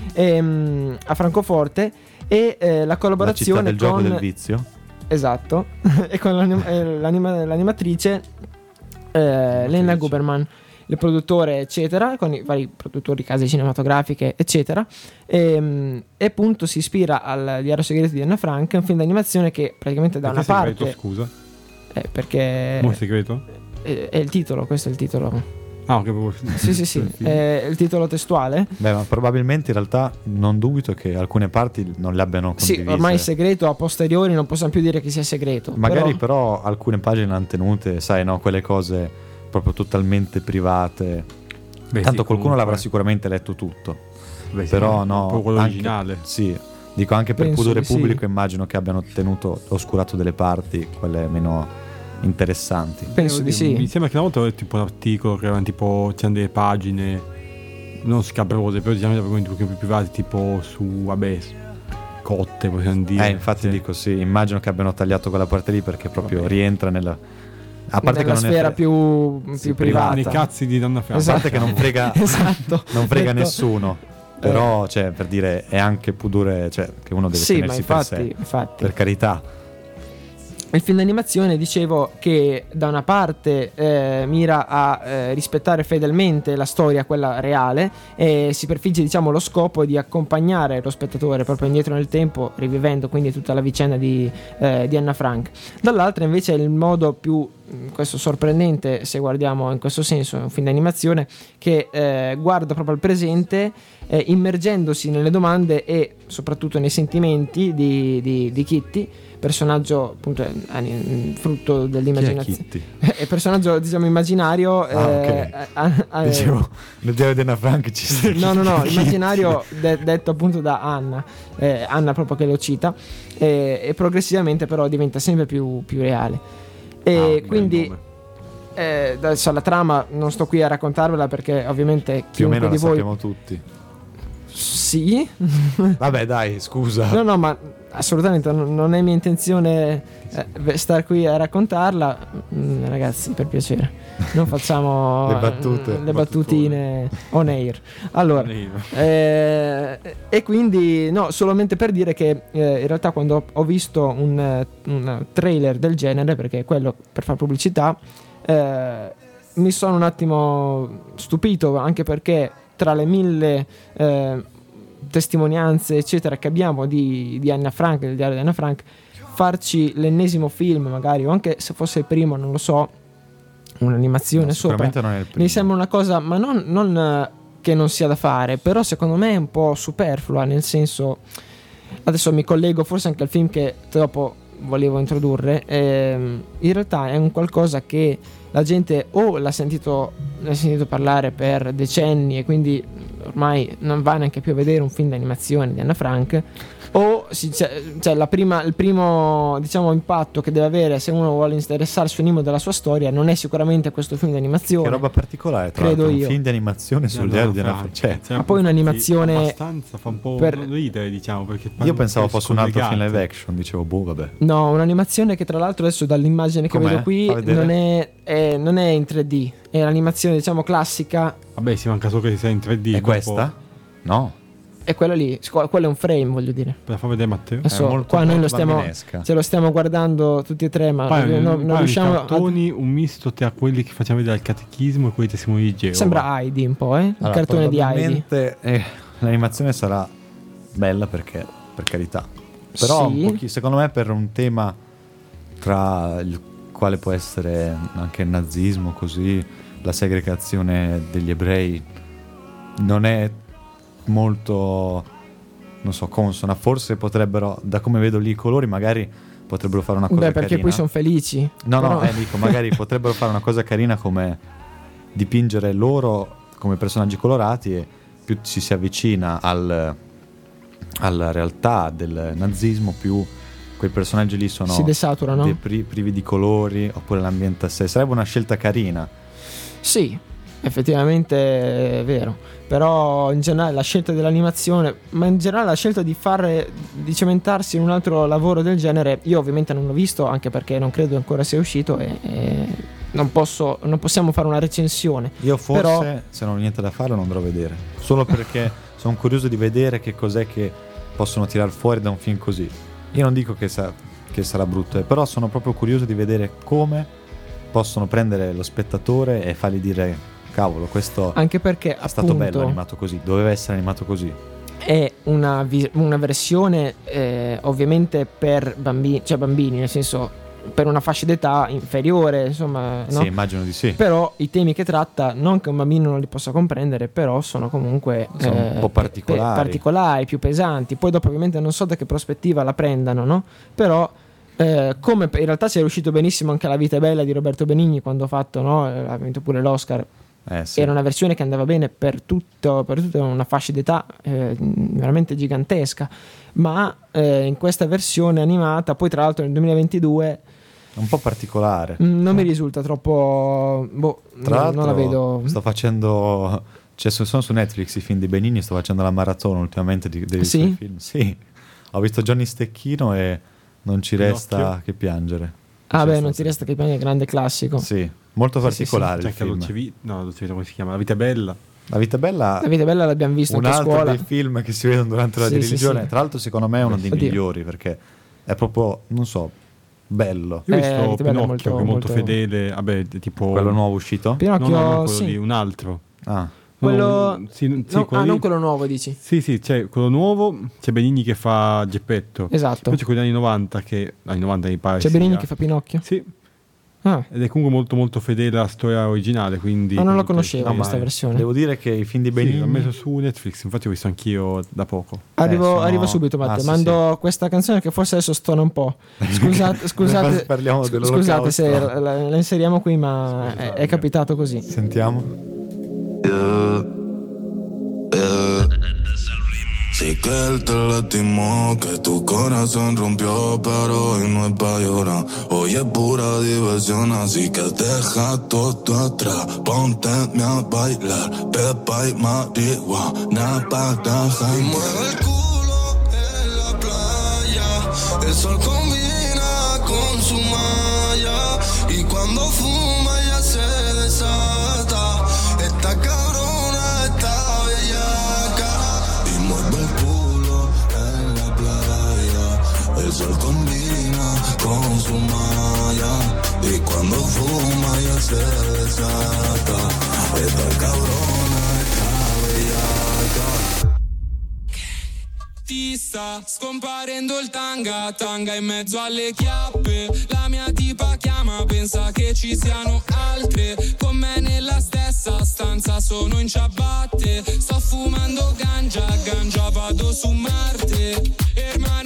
Speaker 3: ehm, a Francoforte, e eh, la
Speaker 4: La città
Speaker 3: collaborazione
Speaker 4: del gioco
Speaker 3: con
Speaker 4: del vizio.
Speaker 3: esatto e con l'anim- eh, l'anima- l'animatrice eh, Lena Guberman, il produttore eccetera, con i vari produttori, case cinematografiche eccetera, e, e appunto si ispira al Diario segreto di Anna Frank, un film d'animazione che praticamente da
Speaker 5: Perché
Speaker 3: una
Speaker 5: segreto,
Speaker 3: parte
Speaker 5: scusa?
Speaker 3: eh, perché
Speaker 5: Mo' segreto?
Speaker 3: è, è il titolo, questo è il titolo,
Speaker 5: Ah, ok, proprio-
Speaker 3: sì sì sì,
Speaker 5: il film.
Speaker 3: è il titolo testuale.
Speaker 4: Beh, ma probabilmente in realtà non dubito che alcune parti non le abbiano
Speaker 3: Sì,
Speaker 4: condivise.
Speaker 3: ormai il segreto a posteriori non possiamo più dire che sia segreto,
Speaker 4: Magari
Speaker 3: però,
Speaker 4: però, alcune pagine l'hanno tenute, sai, no, quelle cose proprio totalmente private.
Speaker 5: Beh,
Speaker 4: Tanto
Speaker 5: sì,
Speaker 4: qualcuno
Speaker 5: comunque.
Speaker 4: l'avrà sicuramente letto tutto.
Speaker 5: Beh, sì,
Speaker 4: Però
Speaker 5: un
Speaker 4: no,
Speaker 5: po' quello
Speaker 4: anche-
Speaker 5: originale.
Speaker 4: Sì, dico anche per
Speaker 3: Penso
Speaker 4: pudore
Speaker 3: di sì.
Speaker 4: pubblico immagino che abbiano tenuto oscurato delle parti, quelle meno interessanti.
Speaker 3: penso
Speaker 5: Eh,
Speaker 3: di
Speaker 5: oddio,
Speaker 3: sì.
Speaker 5: Mi sembra che una volta ho letto tipo un articolo che erano tipo c'erano delle pagine non scabrose, però diciamo argomenti un pochino più privati, tipo su vabbè cotte, possiamo dire.
Speaker 4: Eh, infatti
Speaker 5: Sì.
Speaker 4: dico sì, immagino che abbiano tagliato quella parte lì perché proprio
Speaker 5: Vabbè.
Speaker 4: rientra nella a parte
Speaker 3: nella
Speaker 4: che non
Speaker 3: sfera
Speaker 4: è fre-
Speaker 3: più,
Speaker 4: Sì,
Speaker 3: più
Speaker 4: privata.
Speaker 3: privata.
Speaker 5: Nei cazzi di Donna Franca.
Speaker 3: Esatto.
Speaker 4: a parte che non frega
Speaker 3: Esatto.
Speaker 4: non frega
Speaker 3: Detto-
Speaker 4: nessuno. Però, cioè, per dire, è anche pudore, cioè, che uno deve
Speaker 3: Sì, ma
Speaker 4: tenersi per
Speaker 3: infatti,
Speaker 4: sé.
Speaker 3: infatti.
Speaker 4: Per carità.
Speaker 3: Il film d'animazione, dicevo, che da una parte eh, mira a eh, rispettare fedelmente la storia, quella reale, e si prefigge, diciamo, lo scopo di accompagnare lo spettatore proprio indietro nel tempo, rivivendo quindi tutta la vicenda di, eh, di Anna Frank. Dall'altra invece è il modo più, questo sorprendente se guardiamo in questo senso, è un film d'animazione che eh, guarda proprio al presente, eh, immergendosi nelle domande e soprattutto nei sentimenti di, di, di Kitty, personaggio appunto eh, frutto dell'immaginazione.
Speaker 4: Kitty?
Speaker 3: È personaggio diciamo immaginario.
Speaker 4: Ah, ok.
Speaker 3: eh, a- a-
Speaker 4: Dicevo, nel diario di Anna Frank ci sta.
Speaker 3: No, no, no, immaginario de- detto appunto da Anna, eh, Anna proprio che lo cita, eh, e progressivamente però diventa sempre più, più reale. E
Speaker 5: Ah, un bel
Speaker 3: quindi
Speaker 5: nome.
Speaker 3: eh, adesso la trama non sto qui a raccontarvela perché ovviamente
Speaker 4: Più o
Speaker 3: chiunque
Speaker 4: meno la
Speaker 3: di voi
Speaker 4: sappiamo tutti.
Speaker 3: sì.
Speaker 4: Vabbè, dai, scusa.
Speaker 3: No, no, ma assolutamente non non è mia intenzione eh, stare qui a raccontarla. Mm, ragazzi, per piacere, non facciamo
Speaker 4: Le battute.
Speaker 3: mm, le battutine on air. Allora,
Speaker 5: On air.
Speaker 3: eh, e quindi no, solamente per dire che eh, in realtà quando ho visto un, eh, un trailer del genere, perché è quello per fare pubblicità, eh, mi sono un attimo stupito, anche perché tra le mille eh, testimonianze eccetera che abbiamo di, di Anna Frank, del diario di Anna Frank, farci l'ennesimo film magari, o anche se fosse il primo, non lo so, un'animazione
Speaker 4: No,
Speaker 3: sopra,
Speaker 4: sicuramente non è il primo.
Speaker 3: mi sembra una cosa, ma non, non eh, che non sia da fare, però secondo me è un po' superflua, nel senso adesso mi collego forse anche al film che dopo volevo introdurre, ehm, in realtà è un qualcosa che la gente o l'ha sentito, l'ha sentito parlare per decenni e quindi ormai non va neanche più a vedere un film d'animazione di Anna Frank, o si, cioè, cioè la prima, il primo diciamo impatto che deve avere se uno vuole interessarsi un minimo della sua storia non è sicuramente questo film d'animazione.
Speaker 4: Che roba particolare, tra
Speaker 3: credo
Speaker 4: l'altro,
Speaker 3: io.
Speaker 4: Un film di animazione sul diario di Anna Frank, cioè,
Speaker 5: Cioè,
Speaker 3: ma poi un'animazione
Speaker 5: abbastanza fa un po'
Speaker 3: per-
Speaker 5: ridere, diciamo, perché
Speaker 4: io pensavo fosse un altro film
Speaker 5: scollegate.
Speaker 4: live action, dicevo boh vabbè.
Speaker 3: no, un'animazione che tra l'altro adesso dall'immagine che
Speaker 4: Com'è?
Speaker 3: vedo qui
Speaker 4: Fa vedere.
Speaker 3: non è, è- non è in tre D, è un'animazione diciamo classica,
Speaker 5: Vabbè, si manca solo che sia in tre D.
Speaker 4: È
Speaker 5: dopo-
Speaker 4: questa? No,
Speaker 3: è quella lì, scu- quello è un frame, voglio dire.
Speaker 5: Per far vedere Matteo.
Speaker 3: Adesso
Speaker 4: molto-
Speaker 3: qua noi lo
Speaker 4: molto
Speaker 3: stiamo,
Speaker 4: bambinesca.
Speaker 3: ce lo stiamo guardando tutti e tre, ma
Speaker 5: Poi
Speaker 3: non, non
Speaker 5: paiono
Speaker 3: riusciamo a...
Speaker 5: cartoni, un misto tra quelli che facciamo vedere al catechismo e quelli testimoni di Geova.
Speaker 3: Sembra Heidi un po', eh? Il
Speaker 4: Allora,
Speaker 3: cartone di Heidi.
Speaker 4: probabilmente, eh, l'animazione sarà bella perché, per carità, però
Speaker 3: Sì.
Speaker 4: un pochi- secondo me per un tema tra il quale può essere anche il nazismo, così la segregazione degli ebrei non è molto, non so, consona. Forse potrebbero, da come vedo lì i colori, magari potrebbero fare una cosa
Speaker 3: Beh, perché
Speaker 4: carina.
Speaker 3: poi sono felici.
Speaker 4: No, no,
Speaker 3: Però-
Speaker 4: eh, dico, magari potrebbero fare una cosa carina come dipingere loro come personaggi colorati e più ci si avvicina al, alla realtà del nazismo, più quei personaggi lì sono
Speaker 3: si desaturano.
Speaker 4: dei pri- privi di colori, oppure l'ambiente a sé. Sarebbe una scelta carina.
Speaker 3: Sì, effettivamente è vero. Però in generale la scelta dell'animazione, ma in generale la scelta di fare, di cementarsi in un altro lavoro del genere, io ovviamente non l'ho visto, anche perché non credo ancora sia uscito e, e non posso, non possiamo fare una recensione.
Speaker 4: Io forse,
Speaker 3: Però-
Speaker 4: se non ho niente da fare, lo andrò a vedere. Solo perché sono curioso di vedere che cos'è che possono tirar fuori da un film così. Io non dico che, sa- che sarà brutto, eh, però sono proprio curioso di vedere come possono prendere lo spettatore e fargli dire cavolo, questo
Speaker 3: Anche perché
Speaker 4: è stato bello
Speaker 3: appunto
Speaker 4: animato così, doveva essere animato così.
Speaker 3: è una, vi- una versione eh, ovviamente per bambini, cioè bambini, nel senso per una fascia d'età inferiore, insomma, no?
Speaker 4: Sì, immagino di sì.
Speaker 3: Però i temi che tratta, non che un bambino non li possa comprendere, però sono comunque
Speaker 4: Sono un po'
Speaker 3: pe-
Speaker 4: particolari.
Speaker 3: pe- particolari, più pesanti. Poi dopo ovviamente non so da che prospettiva la prendano, no? Però eh, come in realtà ci è riuscito benissimo anche La vita è bella di Roberto Benigni, quando ha fatto, no? Ha vinto pure l'Oscar.
Speaker 4: Eh, sì.
Speaker 3: Era una versione che andava bene per, tutto, per tutta una fascia d'età eh, veramente gigantesca, ma eh, in questa versione animata, poi tra l'altro nel duemilaventidue,
Speaker 4: È un po' particolare.
Speaker 3: mh, non mi risulta troppo, boh,
Speaker 4: Tra
Speaker 3: non-
Speaker 4: l'altro
Speaker 3: non la vedo.
Speaker 4: sto facendo, cioè sono su Netflix i film di Benigni, sto facendo la maratona ultimamente di, dei
Speaker 3: Sì?
Speaker 4: suoi film. Sì, ho visto Johnny Stecchino e non ci resta
Speaker 5: Pinocchio.
Speaker 4: che piangere.
Speaker 3: Ah
Speaker 4: C'è
Speaker 3: beh,
Speaker 4: stato-
Speaker 3: non ti resta che piangere, grande classico.
Speaker 4: Sì, molto
Speaker 3: Sì, sì, sì.
Speaker 4: particolare
Speaker 5: C'è
Speaker 4: il
Speaker 5: anche la
Speaker 4: film.
Speaker 5: Dolce Vita, no, la Dolce Vita come si chiama? La vita è bella.
Speaker 4: La vita è bella,
Speaker 3: La vita è bella l'abbiamo visto
Speaker 4: un
Speaker 3: anche a
Speaker 4: altro
Speaker 3: scuola.
Speaker 4: dei film che si vedono durante la
Speaker 3: Sì, sì,
Speaker 4: diriligione.
Speaker 3: sì.
Speaker 4: Tra l'altro secondo me è uno dei
Speaker 3: Oddio.
Speaker 4: migliori perché è proprio, non so, bello.
Speaker 5: Io ho
Speaker 3: Eh,
Speaker 5: visto
Speaker 3: la vita è bella è
Speaker 5: Pinocchio
Speaker 3: molto-
Speaker 5: che è molto,
Speaker 3: molto-
Speaker 5: fedele, vabbè, tipo
Speaker 4: Quello nuovo uscito?
Speaker 3: Pinocchio,
Speaker 5: No, no, no, quello
Speaker 3: sì.
Speaker 5: lì, un altro.
Speaker 4: Ah,
Speaker 3: Quello...
Speaker 5: No, sì, sì,
Speaker 3: no,
Speaker 5: quello
Speaker 3: ah,
Speaker 5: lì-
Speaker 3: non quello nuovo dici?
Speaker 5: Sì, sì, c'è quello nuovo, c'è Benigni che fa Geppetto.
Speaker 3: Esatto.
Speaker 5: Poi c'è quelli anni novanta che anni novanta mi pare
Speaker 3: C'è
Speaker 5: sia.
Speaker 3: Benigni che fa Pinocchio?
Speaker 5: Sì,
Speaker 3: Ah,
Speaker 5: ed è comunque molto molto fedele alla storia originale, quindi
Speaker 3: ma non la
Speaker 5: tutte le
Speaker 3: conoscevo
Speaker 5: storie-
Speaker 3: questa versione.
Speaker 4: devo dire che i film di
Speaker 5: Sì,
Speaker 4: Benigni
Speaker 5: l'ho messo su Netflix, infatti ho visto anch'io da poco.
Speaker 3: Arrivo,
Speaker 4: Eh, sono-
Speaker 3: arrivo subito, Matteo.
Speaker 4: Ah, sì,
Speaker 3: Mando questa canzone che forse adesso stona un po'. Scusate, scusate,
Speaker 4: Parliamo
Speaker 3: scu-
Speaker 4: dell'Olocausto.
Speaker 3: scusate se la, la- la inseriamo qui, ma è, è capitato così.
Speaker 4: Sentiamo.
Speaker 8: Yeah, yeah. Sí que él te lastimó, que tu corazón rompió, pero hoy no es pa' llorar. Hoy es pura diversión, así que deja todo atrás. Ponte a bailar, pepa y marihuana para janguear. Mueve el culo en la playa, el sol combina con su malla, y cuando fuma ya se desata. Esta cabrona está bellaca y mueve el culo en la playa. El sol combina con su malla, y cuando fuma ya se desata. Esta cabrona está bellaca.
Speaker 9: Ti sta scomparendo il tanga, tanga in mezzo alle chiappe. La mia tipa chiama, pensa che ci siano altre con me nella stessa stanza, sono in ciabatte. Sto fumando ganja, ganja vado su Marte. Ormai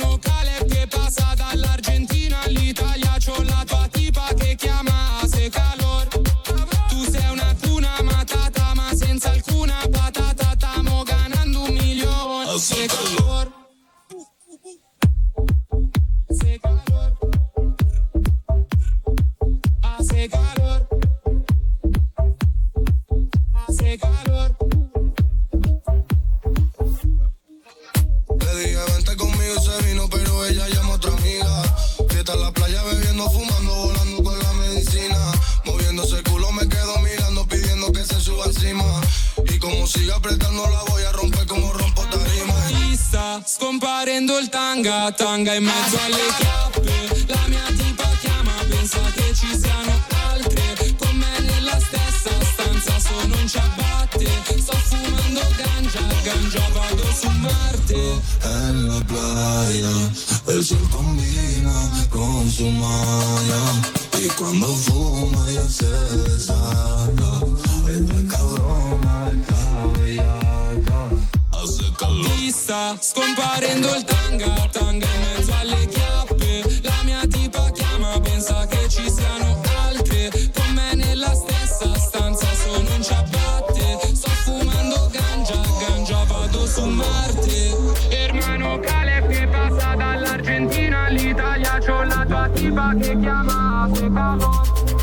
Speaker 8: Sigue apretando la voy a romper como rompo tarima.
Speaker 9: Ti sta scomparendo il tanga, tanga in mezzo alle chiappe. La mia tipa chiama, pensa che ci siano altre con me nella stessa stanza, sono in ciabatte. Sto fumando ganja, ganja vado su Marte.
Speaker 8: En la playa, el sol combina con su malla. Y cuando fuma ya se desata. El cabrón marca bellaca. Hace calor.
Speaker 9: Ti sta scomparendo il tanga, tanga in mezzo alle chiappe. La mia tipa chiama, pensa che ci siano altre con me nella stessa stanza, sono in ciabatte. Sto fumando ganja, ganja vado su Marte. Hermano Caleb che passa dall'Argentina all'Italia, c'ho la tua tipa che chiama se cavo.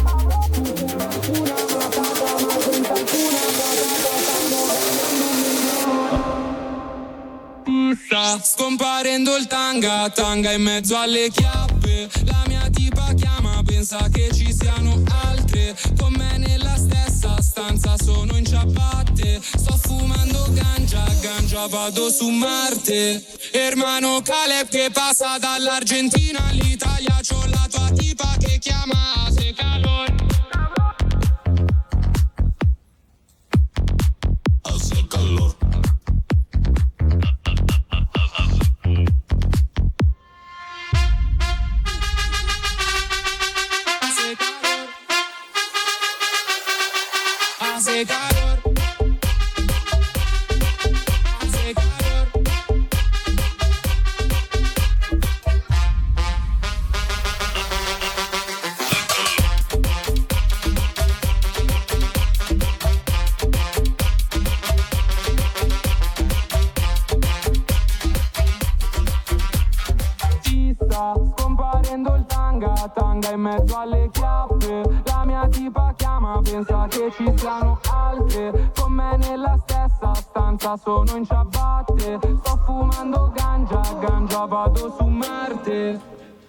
Speaker 9: Ti sta scomparendo il tanga, tanga in mezzo alle chiappe. La mia tipa chiama, pensa che ci siano altre con me nella stessa stanza, sono in ciabatte. Sto fumando ganja, ganja vado su Marte. Hermano Caleb che passa dall'Argentina all'Italia, c'ho la tua tipa che chiama se calor.
Speaker 8: Hace calor.
Speaker 9: Hace calor. Hace calor. Ti sta scomparendo il tanga, tanga in mezzo alle chiappe. La mia tipa chiama, pensa che ci siano altre con me nella stessa stanza, sono in ciabatte. Sto fumando ganja, ganja vado su Marte.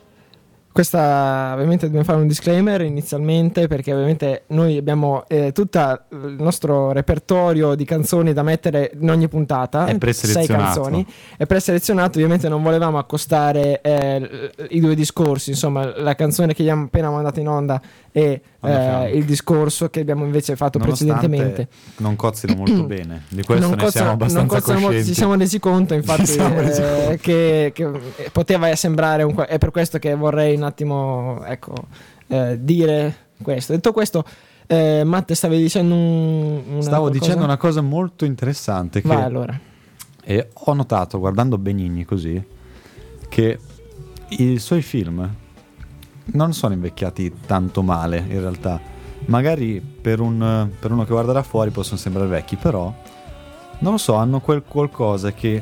Speaker 3: Questa ovviamente dobbiamo fare un disclaimer inizialmente, perché ovviamente noi abbiamo eh, tutto il nostro repertorio di canzoni da mettere in ogni puntata,
Speaker 4: è preselezionato.
Speaker 3: sei canzoni, è preselezionato. Ovviamente non volevamo accostare eh, i due discorsi, insomma la canzone che abbiamo appena mandato in onda e eh, il discorso che abbiamo invece fatto
Speaker 4: Nonostante
Speaker 3: precedentemente
Speaker 4: non cozzino molto bene, di questo
Speaker 3: non
Speaker 4: ne
Speaker 3: cozza,
Speaker 4: siamo abbastanza
Speaker 3: non cozzano
Speaker 4: coscienti.
Speaker 3: molto, ci siamo resi conto infatti
Speaker 4: siamo resi
Speaker 3: eh,
Speaker 4: conto.
Speaker 3: che, che poteva sembrare un, è per questo che vorrei un attimo ecco eh, dire questo. Detto questo, eh, Matte, stavi dicendo un, una
Speaker 4: stavo
Speaker 3: qualcosa?
Speaker 4: dicendo una cosa molto interessante che
Speaker 3: Vai, allora.
Speaker 4: E ho notato guardando Benigni così che i suoi film non sono invecchiati tanto male in realtà. Magari per, un, per uno che guarda da fuori possono sembrare vecchi, però non lo so, hanno quel qualcosa che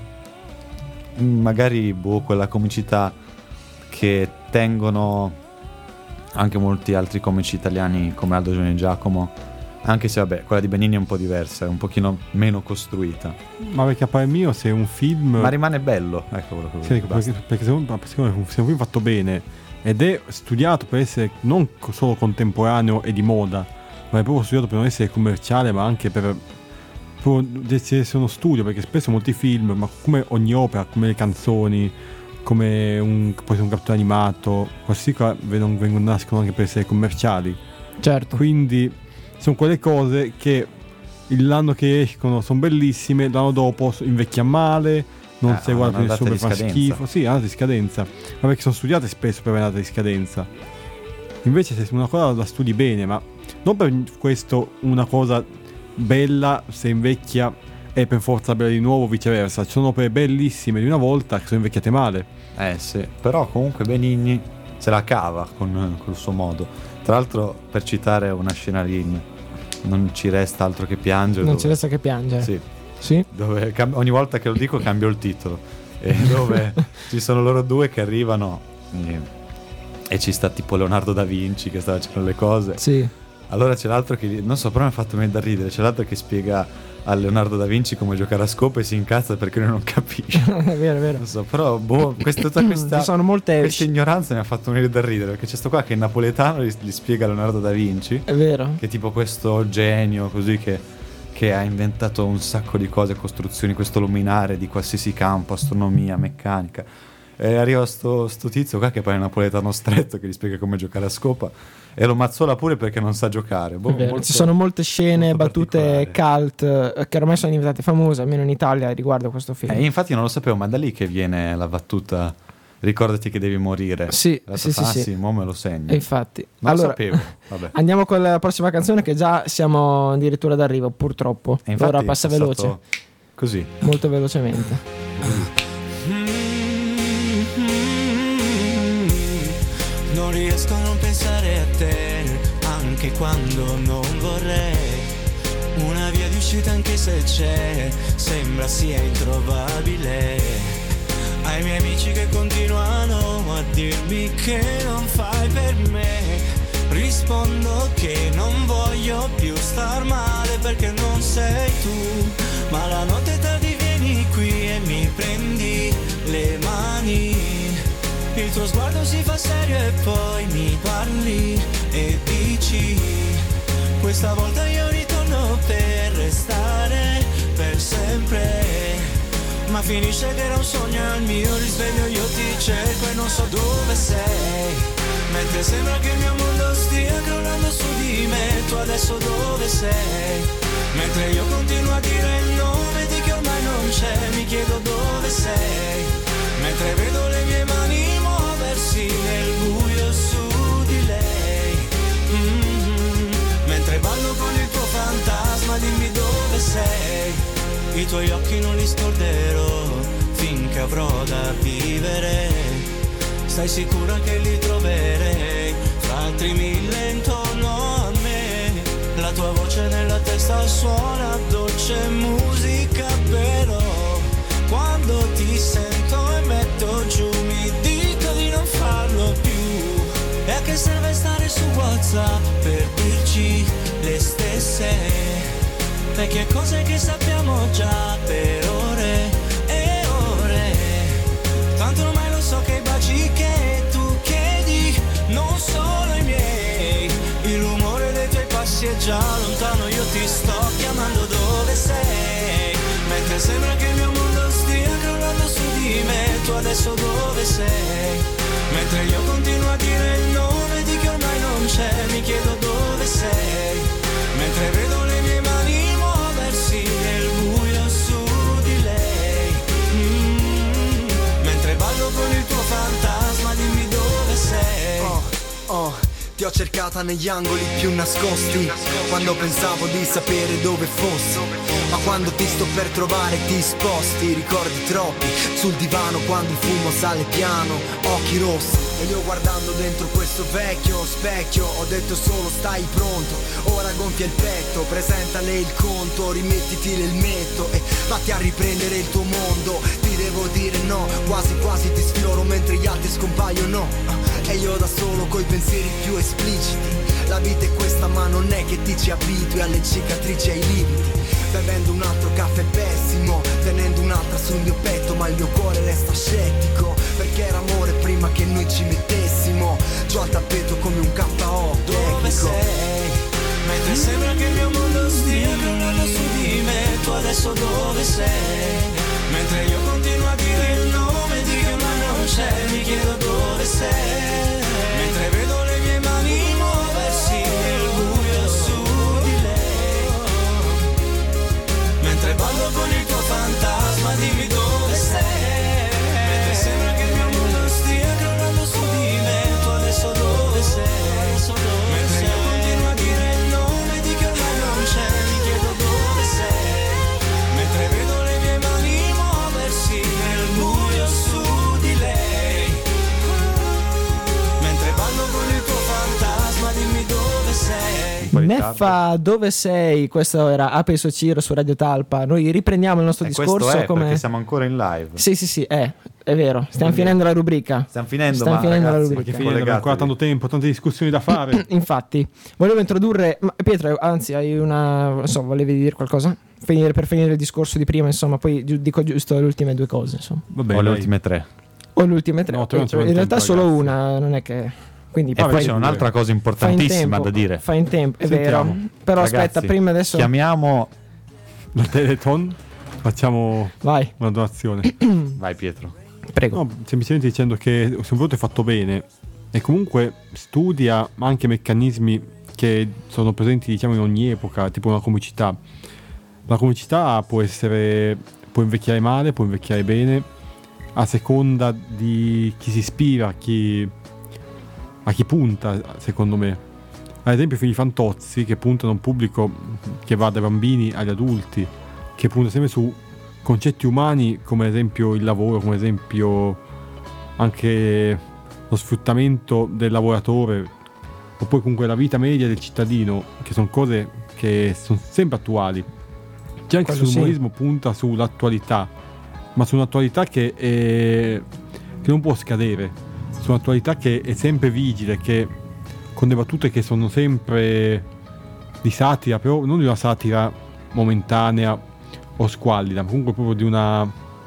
Speaker 4: magari boh, quella comicità che tengono anche molti altri comici italiani come Aldo, Giovanni e Giacomo, anche se vabbè quella di Benigni è un po' diversa, è un pochino meno costruita,
Speaker 5: Ma perché a parer mio se un film...
Speaker 4: ma rimane bello, ecco quello che
Speaker 5: Sì,
Speaker 4: volevo,
Speaker 5: perché,
Speaker 4: basta.
Speaker 5: perché se, un, secondo me, se un film fatto bene ed è studiato per essere non co- solo contemporaneo e di moda, ma è proprio studiato per non essere commerciale, ma anche per proprio deve essere uno studio, perché spesso molti film, ma come ogni opera, come le canzoni, come un, può essere un cartone animato, qualsiasi cosa vengono, vengono nascono anche per essere commerciali.
Speaker 3: Certo.
Speaker 5: Quindi sono quelle cose che l'anno che escono sono bellissime, l'anno dopo invecchia male, non
Speaker 4: Eh,
Speaker 5: si guarda
Speaker 4: hanno
Speaker 5: più nessuno,
Speaker 4: date
Speaker 5: per
Speaker 4: di
Speaker 5: fa
Speaker 4: scadenza.
Speaker 5: schifo. Sì, hanno di scadenza, ma perché sono studiate spesso per avere una data di scadenza. Invece se una cosa la studi bene, ma non per questo una cosa bella se invecchia è per forza bella di nuovo, viceversa. Ci sono opere bellissime di una volta che sono invecchiate male.
Speaker 4: Eh sì, però comunque Benigni se la cava con, col suo modo. Tra l'altro, per citare una scena lì, non ci resta altro che piangere.
Speaker 3: Non
Speaker 4: dove,
Speaker 3: ci resta che piangere.
Speaker 4: Sì,
Speaker 3: Sì?
Speaker 4: dove cam- ogni volta che lo dico cambio il titolo. E dove ci sono loro due che arrivano e, e ci sta tipo Leonardo da Vinci che sta facendo le cose.
Speaker 3: Sì.
Speaker 4: Allora c'è l'altro che, non so, però mi ha fatto venire da ridere. C'è l'altro che spiega a Leonardo da Vinci come giocare a scopa e si incazza perché lui non capisce.
Speaker 3: È vero, è vero.
Speaker 4: Non so, però boh, questa, tutta questa,
Speaker 3: Ci sono molte
Speaker 4: questa ignoranza mi ha fatto venire da ridere, perché c'è sto qua che in napoletano gli, gli spiega Leonardo da Vinci,
Speaker 3: È vero.
Speaker 4: che è tipo questo genio così che, che ha inventato un sacco di cose, costruzioni, questo luminare di qualsiasi campo, astronomia, meccanica. E arriva sto, sto tizio qua che poi è napoletano stretto, che gli spiega come giocare a scopa, e lo mazzola pure perché non sa giocare. Boh, molto,
Speaker 3: ci sono molte scene, battute cult eh, che ormai sono diventate famose, almeno in Italia, riguardo a questo film.
Speaker 4: Eh, infatti non lo sapevo, ma da lì che viene la battuta: ricordati che devi morire.
Speaker 3: Sì,
Speaker 4: la
Speaker 3: sì, sì,
Speaker 4: ah,
Speaker 3: sì.
Speaker 4: sì, mo me lo segno.
Speaker 3: E infatti.
Speaker 4: Non
Speaker 3: allora,
Speaker 4: lo sapevo. Vabbè.
Speaker 3: Andiamo con la prossima canzone, che già siamo addirittura d'arrivo, purtroppo.
Speaker 4: E infatti
Speaker 3: ora passa
Speaker 4: è
Speaker 3: veloce.
Speaker 4: Così.
Speaker 3: Molto velocemente.
Speaker 10: Non riesco a non pensare a te, anche quando non vorrei. Una via di uscita anche se c'è, sembra sia introvabile. Ai miei amici che continuano a dirmi che non fai per me, rispondo che non voglio più star male perché non sei tu. Ma la notte tardi vieni qui e mi prendi le mani. Il tuo sguardo si fa serio e poi mi parli e dici: questa volta io ritorno per restare per sempre. Ma finisce che era un sogno, al mio risveglio io ti cerco e non so dove sei. Mentre sembra che il mio mondo stia crollando su di me, tu adesso dove sei? Mentre io continuo a dire il nome di chi ormai non c'è, mi chiedo dove sei. Mentre vedo le mie mani muoversi nel buio su di lei, mm-hmm. Mentre ballo con il tuo fantasma, dimmi dove sei. I tuoi occhi non li scorderò finché avrò da vivere. Stai sicura che li troverei fra altri mille intorno a me. La tua voce nella testa suona dolce musica, però quando ti sento e metto giù mi dico di non farlo più. E a che serve stare su WhatsApp per dirci le stesse vecchie cose che sappiamo già per ore e ore. Tanto ormai lo so che i baci che tu chiedi non sono i miei. Il rumore dei tuoi passi è già lontano, io ti sto chiamando dove sei. Mentre sembra che il mio mondo stia crollando su di me, tu adesso dove sei? Mentre io continuo a dire il nome di chi ormai non c'è, mi chiedo dove sei. Mentre vedo le mie mani muoversi nel buio su di lei, mm-hmm. Mentre ballo con il tuo fantasma, dimmi dove sei.
Speaker 11: Oh, oh. Ti ho cercata negli angoli più nascosti, quando pensavo di sapere dove fossi. Ma quando ti sto per trovare ti sposti, ricordi troppi sul divano quando il fumo sale piano, occhi rossi. E io guardando dentro questo vecchio specchio ho detto solo stai pronto. Ora gonfia il petto, presentale il conto, rimettiti l'elmetto e vatti a riprendere il tuo mondo. Ti devo dire no, quasi quasi ti sfioro mentre gli altri scompaiono. E io da solo coi pensieri più espliciti. La vita è questa ma non è che ti ci abitui alle cicatrici e ai limiti. Bevendo un altro caffè pessimo, tenendo un'altra sul mio petto, ma il mio cuore resta scettico, perché era amore prima che noi ci mettessimo giù al tappeto come un K O tecnico.
Speaker 10: Dove sei? Mentre sembra che il mio mondo stia crollando su di me, tu adesso dove sei? Mentre io continuo a dire il nome di chi ormai non c'è, mi chiedo dove sei. Mentre vedo le mie mani muoversi nel buio su di lei, mentre ballo con il tuo fantasma, dimmi dove sei. Mentre sembra che il mio mondo stia crollando su di me, tu adesso dove sei? Mentre io continuo a dire il nome di chi ormai non c'è, mi chiedo dove sei. Mentre vedo le mie mani muoversi nel buio su di lei, mentre ballo con il tuo fantasma, dimmi dove sei.
Speaker 3: Neffa, dove sei? Questo era Ape Sociro su Radio Talpa. Noi riprendiamo il nostro
Speaker 4: e
Speaker 3: discorso.
Speaker 4: Questo è
Speaker 3: come...
Speaker 4: perché siamo ancora in live.
Speaker 3: Sì, sì, sì, è, è vero. Stiamo
Speaker 4: Quindi,
Speaker 3: finendo la rubrica.
Speaker 4: Stiamo finendo,
Speaker 3: Stiamo
Speaker 4: ma
Speaker 3: finendo
Speaker 4: ragazzi,
Speaker 3: la rubrica.
Speaker 5: Finendo, abbiamo ancora tanto tempo, tante discussioni da fare.
Speaker 3: Infatti, volevo introdurre. Ma Pietro, anzi, hai una. Non so, volevi dire qualcosa? Finire, per finire il discorso di prima, insomma, poi gi- dico giusto le ultime due cose. Insomma.
Speaker 5: Vabbè,
Speaker 4: o le
Speaker 5: dai.
Speaker 4: ultime tre.
Speaker 3: O le ultime tre.
Speaker 5: No, tre non ci
Speaker 3: in
Speaker 5: vuole
Speaker 3: realtà
Speaker 5: tempo,
Speaker 3: solo
Speaker 5: ragazzi.
Speaker 3: una, non è che. Quindi
Speaker 4: E poi
Speaker 3: fai-
Speaker 4: c'è un'altra cosa
Speaker 3: fai in
Speaker 4: importantissima
Speaker 3: tempo,
Speaker 4: da dire.
Speaker 3: Fai in tempo, è
Speaker 5: Sentiamo.
Speaker 3: vero. Però
Speaker 4: Ragazzi,
Speaker 3: aspetta, prima adesso.
Speaker 4: Chiamiamo
Speaker 5: la Teleton, facciamo
Speaker 3: Vai.
Speaker 5: una donazione.
Speaker 4: Vai Pietro.
Speaker 3: Prego.
Speaker 5: No, semplicemente dicendo che se un prodotto è fatto bene e comunque studia anche meccanismi che sono presenti, diciamo, in ogni epoca, tipo una comicità. La comicità può essere, può invecchiare male, può invecchiare bene, a seconda di chi si ispira, a chi, a chi punta, secondo me. Ad esempio i film di Fantozzi, che puntano a un pubblico che va dai bambini agli adulti, che punta sempre su concetti umani, come ad esempio il lavoro, come ad esempio anche lo sfruttamento del lavoratore, oppure comunque la vita media del cittadino, che sono cose che sono sempre attuali. C'è anche sull'umorismo, sì, punta sull'attualità, ma su un'attualità che, è, che non può scadere, su un'attualità che è sempre vigile, che con le battute che sono sempre di satira, però non di una satira momentanea o squallida, ma comunque proprio di una,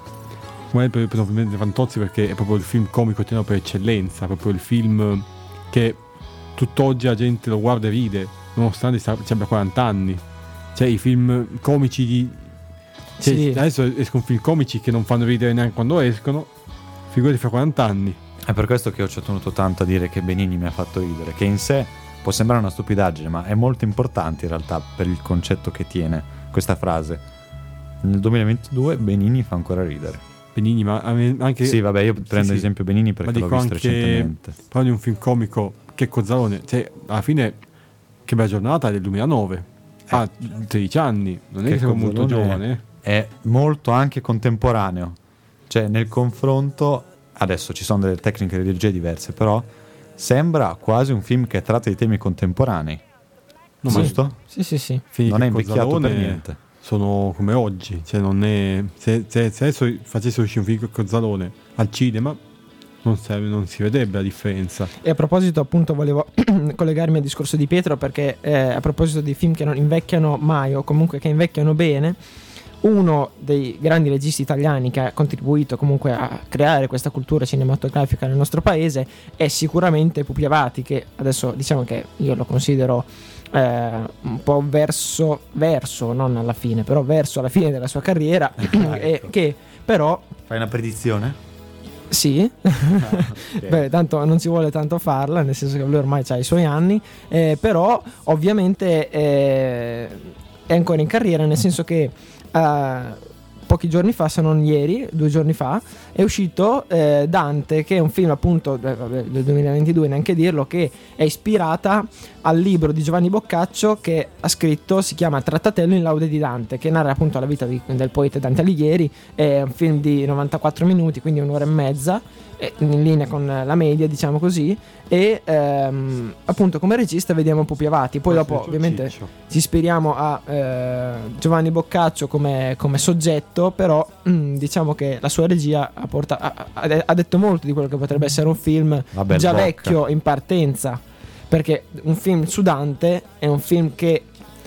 Speaker 5: come per ovviamente Fantozzi, perché è proprio il film comico italiano per eccellenza, proprio il film che tutt'oggi la gente lo guarda e ride, nonostante ci abbia quaranta anni. Cioè i film comici di... Cioè, sì. Adesso escono film comici che non fanno ridere neanche quando escono, figurati fra quaranta anni.
Speaker 4: È per questo che ho ci ho tenuto tanto a dire che Benigni mi ha fatto ridere, che in sé può sembrare una stupidaggine, ma è molto importante in realtà per il concetto che tiene questa frase. Nel duemilaventidue Benigni fa ancora ridere.
Speaker 5: Benigni, ma anche...
Speaker 4: Sì, vabbè, io prendo
Speaker 5: sì,
Speaker 4: esempio Benigni perché l'ho visto
Speaker 5: anche,
Speaker 4: recentemente.
Speaker 5: Parlo di un film comico che Cozzalone, cioè alla fine Che bella giornata è del duemilanove. Ha ah, tredici anni, non è che, che sia molto giovane.
Speaker 4: È molto anche contemporaneo. Cioè nel confronto, adesso ci sono delle tecniche di regia diverse, però sembra quasi un film che tratta di temi contemporanei.
Speaker 5: No,
Speaker 4: giusto?
Speaker 3: Sì, sì, sì.
Speaker 5: Film
Speaker 4: non è invecchiato
Speaker 5: Cozzalone
Speaker 4: per niente.
Speaker 5: Sono come oggi, cioè non è... Se, se, se adesso facessero uscire un film con Cozzalone al cinema, non, serve, non si vedrebbe la differenza.
Speaker 3: E a proposito, appunto, volevo collegarmi al discorso di Pietro, perché eh, a proposito di film che non invecchiano mai, o comunque che invecchiano bene, uno dei grandi registi italiani che ha contribuito comunque a creare questa cultura cinematografica nel nostro paese è sicuramente Pupi Avati, che adesso diciamo che io lo considero eh, un po' verso, verso, non alla fine, però verso alla fine della sua carriera,
Speaker 4: ah,
Speaker 3: e
Speaker 4: ecco.
Speaker 3: che però...
Speaker 4: Fai una predizione?
Speaker 3: Sì, ah, okay. Beh, tanto non ci vuole tanto farla, nel senso che lui ormai ha i suoi anni, eh, però ovviamente eh, è ancora in carriera, nel senso che uh, pochi giorni fa, se non ieri, due giorni fa, è uscito eh, Dante, che è un film appunto del duemilaventidue, neanche dirlo, che è ispirata al libro di Giovanni Boccaccio che ha scritto, si chiama Trattatello in laude di Dante, che narra appunto la vita di, del poeta Dante Alighieri. È un film di novantaquattro minuti, quindi un'ora e mezza, in linea con la media, diciamo così, e ehm, appunto come regista vediamo Pupi Avati. Poi dopo ovviamente ci ispiriamo a eh, Giovanni Boccaccio come, come soggetto, però mh, diciamo che la sua regia ha, portato, ha, ha detto molto di quello che potrebbe essere un film
Speaker 4: Vabbè,
Speaker 3: già
Speaker 4: bocca.
Speaker 3: vecchio in partenza, perché un film su Dante è un film che,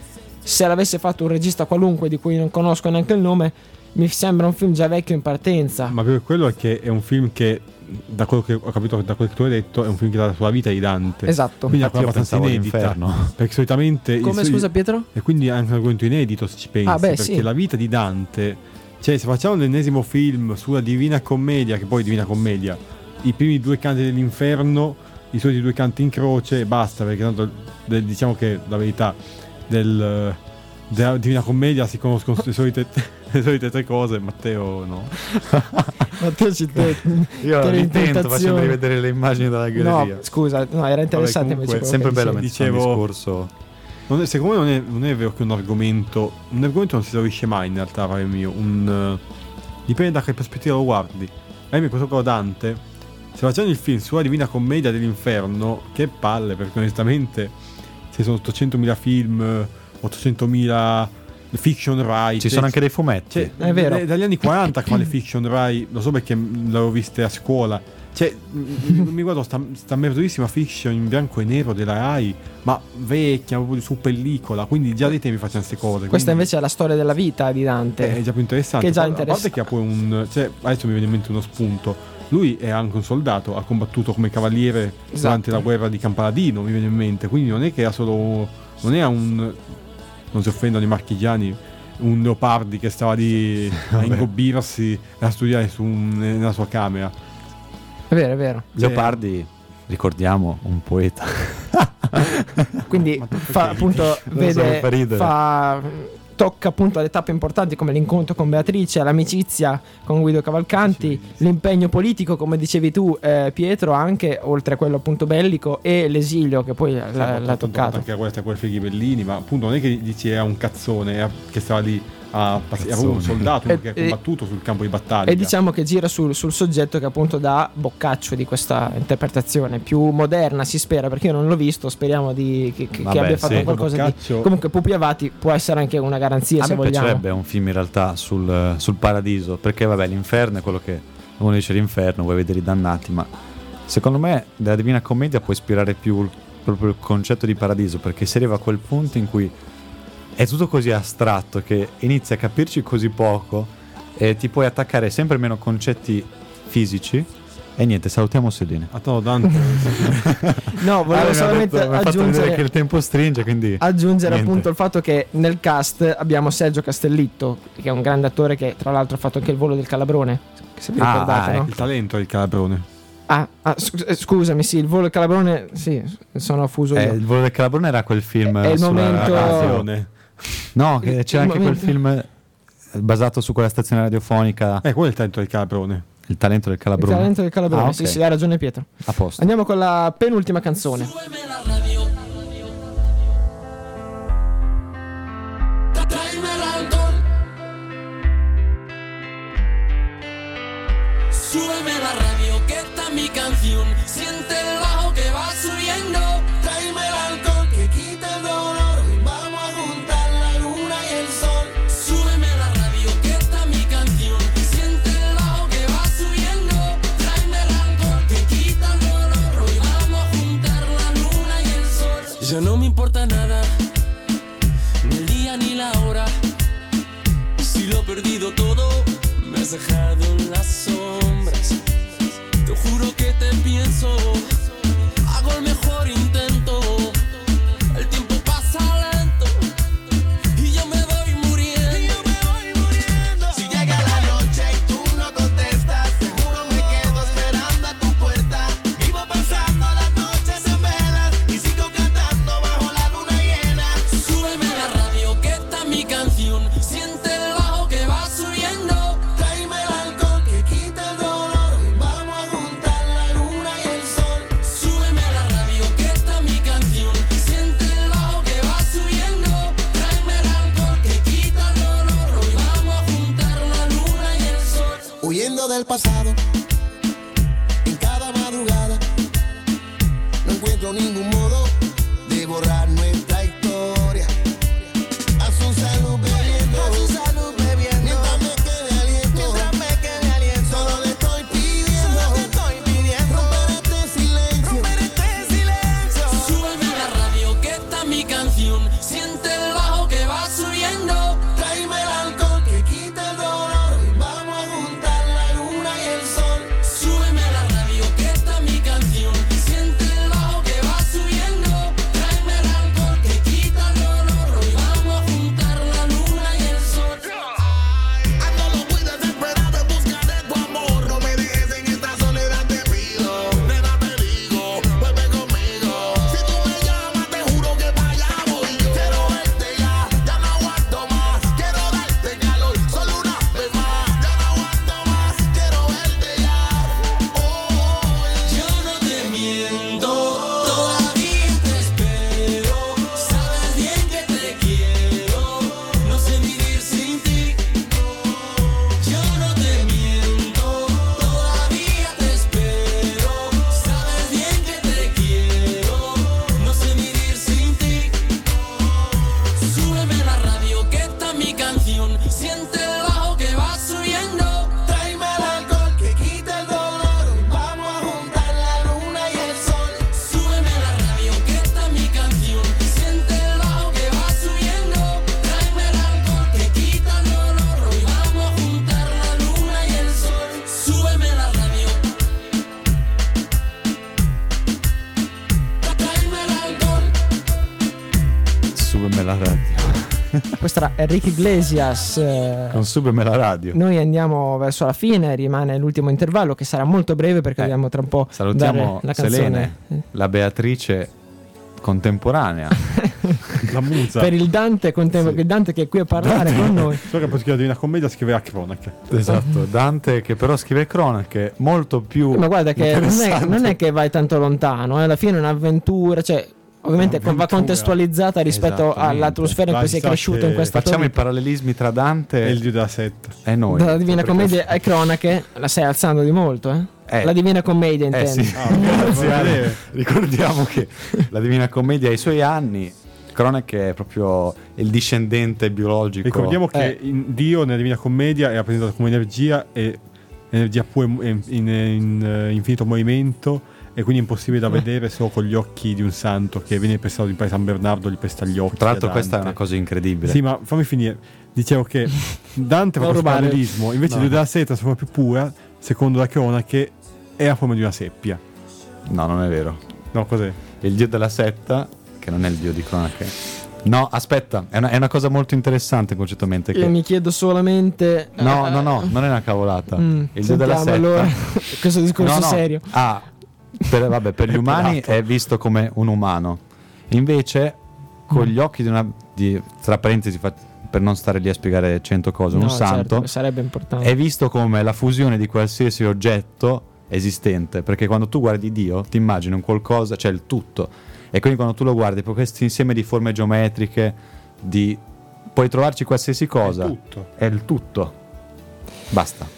Speaker 3: se l'avesse fatto un regista qualunque di cui non conosco neanche il nome, mi sembra un film già vecchio in partenza.
Speaker 5: Ma per quello è che è un film che, da quello che ho capito, da quello che tu hai detto, è un film che dà sulla vita di Dante.
Speaker 3: Esatto.
Speaker 5: Quindi è una
Speaker 4: io
Speaker 5: cosa abbastanza inedita, perché solitamente
Speaker 3: come
Speaker 5: il,
Speaker 3: scusa Pietro?
Speaker 5: E quindi anche un argomento inedito, se ci pensi,
Speaker 3: ah, beh,
Speaker 5: perché
Speaker 3: sì.
Speaker 5: la vita di Dante, cioè se facciamo l'ennesimo film sulla Divina Commedia, che poi Divina Commedia, i primi due canti dell'inferno, i soliti due canti in croce e basta, perché tanto del, diciamo che la verità del, della Divina Commedia si conoscono le solite, le solite tre cose. Matteo no.
Speaker 3: Matteo ci te,
Speaker 4: io
Speaker 3: te
Speaker 4: mi tento facendo rivedere le immagini dalla galleria.
Speaker 3: No, scusa, no, era interessante.
Speaker 4: Vabbè, comunque,
Speaker 3: invece
Speaker 4: sempre bello
Speaker 5: sì,
Speaker 4: mettere
Speaker 5: dicevo,
Speaker 4: un discorso.
Speaker 5: Non è, secondo me non è, non è vero che un argomento un argomento non si esaurisce mai in realtà, a parere mio. Un, uh, dipende da che prospettiva lo guardi. A me questo qua Dante, se facciamo il film sulla Divina Commedia dell'inferno, che palle, perché onestamente ci sono ottocentomila film, ottocentomila fiction Rai.
Speaker 4: Ci sono anche dei fumetti.
Speaker 5: Cioè,
Speaker 3: è vero.
Speaker 5: Dagli anni quaranta che fa le fiction Rai, lo so perché l'avevo viste a scuola. Cioè, mi guardo sta, sta meravigliosissima fiction in bianco e nero della Rai, ma vecchia, proprio su pellicola, quindi già dei tempi facciano queste cose.
Speaker 3: Questa
Speaker 5: quindi
Speaker 3: invece è la storia della vita di Dante.
Speaker 5: è già più interessante.
Speaker 3: Che è già
Speaker 5: a
Speaker 3: interessante.
Speaker 5: parte che ha poi un... Cioè, adesso mi viene in mente uno spunto. Lui è anche un soldato, ha combattuto come cavaliere
Speaker 3: Esatto.
Speaker 5: durante la guerra di Campaladino, mi viene in mente. Quindi non è che ha solo... Non è un... Non si offendono i marchigiani, un Leopardi che stava lì a ingobbirsi e a studiare su un, nella sua camera.
Speaker 3: È vero, è vero.
Speaker 4: Leopardi, ricordiamo, un poeta.
Speaker 3: Quindi fa appunto vede fa, tocca appunto le tappe importanti come l'incontro con Beatrice, l'amicizia con Guido Cavalcanti, sì, sì. l'impegno politico come dicevi tu eh, Pietro, anche oltre a quello appunto bellico, e l'esilio che poi sì, l'ha, l'ha toccato
Speaker 5: anche a questa quel Fighi Bellini, ma appunto non è che dici era un cazzone, era che stava lì a pass- era un soldato e, che ha combattuto e, sul campo di battaglia,
Speaker 3: e diciamo che gira sul, sul soggetto che appunto dà boccaccio di questa interpretazione più moderna, si spera, perché io non l'ho visto, speriamo di, che, che,
Speaker 4: Vabbè,
Speaker 3: che abbia fatto
Speaker 4: sì,
Speaker 3: qualcosa
Speaker 5: boccaccio.
Speaker 3: di comunque Pupi Avati può essere anche una garanzia,
Speaker 4: a
Speaker 3: se
Speaker 4: me
Speaker 3: vogliamo.
Speaker 4: piacerebbe un film in realtà sul, sul paradiso, perché vabbè, l'inferno è quello che uno dice, l'inferno, vuoi vedere i dannati, ma secondo me della Divina Commedia può ispirare più il, proprio il concetto di paradiso, perché si arriva a quel punto in cui è tutto così astratto che inizi a capirci così poco e ti puoi attaccare sempre meno concetti fisici. E niente, salutiamo Sedine.
Speaker 5: A te Dante.
Speaker 3: No, volevo
Speaker 4: ah,
Speaker 3: solamente
Speaker 4: detto,
Speaker 3: aggiungere
Speaker 4: che il tempo stringe, quindi
Speaker 3: aggiungere
Speaker 4: niente.
Speaker 3: appunto il fatto che nel cast abbiamo Sergio Castellitto, che è un grande attore che tra l'altro ha fatto anche Il volo del Calabrone, se vi
Speaker 4: ah,
Speaker 3: ricordate,
Speaker 4: ah,
Speaker 3: no?
Speaker 5: Il talento è il Calabrone.
Speaker 3: Ah, ah sc- scusami, sì, Il volo del Calabrone, sì, sono fuso
Speaker 4: eh,
Speaker 3: io.
Speaker 4: Il volo del Calabrone era quel film
Speaker 3: è il
Speaker 4: sulla
Speaker 3: momento
Speaker 4: radio. No, che c'era
Speaker 3: il
Speaker 4: anche
Speaker 3: momento...
Speaker 4: quel film basato su quella stazione radiofonica.
Speaker 5: Eh, quello è il talento del Calabrone.
Speaker 4: Il talento del Calabrone.
Speaker 3: Il talento del Calabrone,
Speaker 4: ah, okay.
Speaker 3: sì, sì, ha ragione Pietro.
Speaker 4: A posto.
Speaker 3: Andiamo con la penultima canzone.
Speaker 12: Súbeme la radio, que esta es mi canción. Siente el bajo que va subiendo. Tráeme el alcohol que quita el dolor. Vamos a juntar la luna y el sol. Súbeme la radio, que esta es mi canción. Siente el bajo que va subiendo. Tráeme el alcohol que quita el dolor. Hoy vamos a juntar la luna y el sol. Ya no me importa nada, ni el día ni la hora. Si lo he perdido todo, me has dejado en las sombras. Te juro que te pienso, hago el mejor intento. El tiempo pasa lento y yo me voy muriendo. Y yo me voy muriendo. Si llega la noche y tú no contestas, seguro me quedo esperando a tu puerta. Vivo pasando las noches en velas y sigo cantando bajo la luna llena. Súbeme la radio, que esta es mi canción. Siente el bajo que va subiendo. Tráeme el alcohol que quita el dolor. Vamos a juntar la luna y el sol. Súbeme la radio, que esta es mi canción. Siente el bajo que va subiendo. Tráeme el alcohol que quita el dolor. Hoy vamos a juntar la luna y el sol. Huyendo del pasado, en cada madrugada, no encuentro ningún modo de borrar nuestra historia. A su salud bebiendo, a su salud bebiendo. Mientras me quede aliento, mientras me quede aliento. Solo le estoy pidiendo, solo te estoy pidiendo. Romper este silencio, romper este silencio. Súbeme la radio, que esta es mi canción. Siente el bajo que va subiendo. Tráeme el alcohol que quita el dolor. Vamos a juntar la luna y el sol. Súbeme la radio, que esta es mi canción. Siente el bajo que va subiendo.
Speaker 3: questo era Enrique Iglesias eh,
Speaker 4: con Súbeme la radio.
Speaker 3: Noi andiamo verso la fine, rimane l'ultimo intervallo che sarà molto breve perché
Speaker 4: eh,
Speaker 3: dobbiamo tra un po'
Speaker 4: salutiamo
Speaker 3: dare la canzone.
Speaker 4: Selene, la Beatrice contemporanea,
Speaker 5: la musa
Speaker 3: per il Dante, contem- sì. il Dante che è qui a parlare
Speaker 5: Dante,
Speaker 3: con noi.
Speaker 5: So che poi scrivere Divina Commedia, scriverà cronache.
Speaker 4: Esatto, Dante che però scrive cronache molto più
Speaker 3: ma guarda che non è, non è che vai tanto lontano, eh, alla fine è un'avventura, cioè ovviamente va contestualizzata rispetto all'atmosfera in cui sei cresciuto in questa
Speaker 4: facciamo
Speaker 3: vita.
Speaker 4: I parallelismi tra Dante
Speaker 5: e il dio della setta
Speaker 4: e noi.
Speaker 3: Dalla Divina Commedia e cronache la stai alzando di molto, eh?
Speaker 4: Eh,
Speaker 3: la Divina Commedia intendi?
Speaker 4: Eh sì. ah, grazie, ricordiamo che la Divina Commedia ha i suoi anni, cronache è proprio il discendente biologico.
Speaker 5: Ricordiamo
Speaker 3: eh.
Speaker 5: che in Dio nella Divina Commedia è rappresentato come energia e energia pure in, in, in infinito movimento, e quindi è impossibile da vedere solo con gli occhi di un santo che viene prestato di San Bernardo, gli presta gli occhi.
Speaker 4: Tra l'altro questa è una cosa incredibile.
Speaker 5: Sì, ma fammi finire. Dicevo che Dante fa questo parallelismo, invece no. il dio della seta, la forma più pura, secondo la cronache, è la forma di una seppia.
Speaker 4: No, non è vero.
Speaker 5: No, cos'è?
Speaker 4: Il dio della setta, che non è il dio di cronache. No, aspetta, è una, è una cosa molto interessante concettualmente.
Speaker 3: Io
Speaker 4: che...
Speaker 3: mi chiedo solamente.
Speaker 4: No, uh, no, no, non è una cavolata.
Speaker 3: Mm,
Speaker 4: il dio della setta.
Speaker 3: Allora, questo discorso
Speaker 4: no, no.
Speaker 3: serio.
Speaker 4: Ah, per, vabbè, per gli umani è visto come un umano. Invece, con gli occhi di una. Di, tra parentesi, fa, per non stare lì a spiegare cento cose,
Speaker 3: no,
Speaker 4: un
Speaker 3: certo,
Speaker 4: santo
Speaker 3: sarebbe importante.
Speaker 4: È visto come la fusione di qualsiasi oggetto esistente, perché quando tu guardi Dio ti immagini un qualcosa, cioè il tutto, e quindi quando tu lo guardi per questo insieme di forme geometriche, di puoi trovarci qualsiasi cosa,
Speaker 5: è il tutto,
Speaker 4: è il tutto. Basta.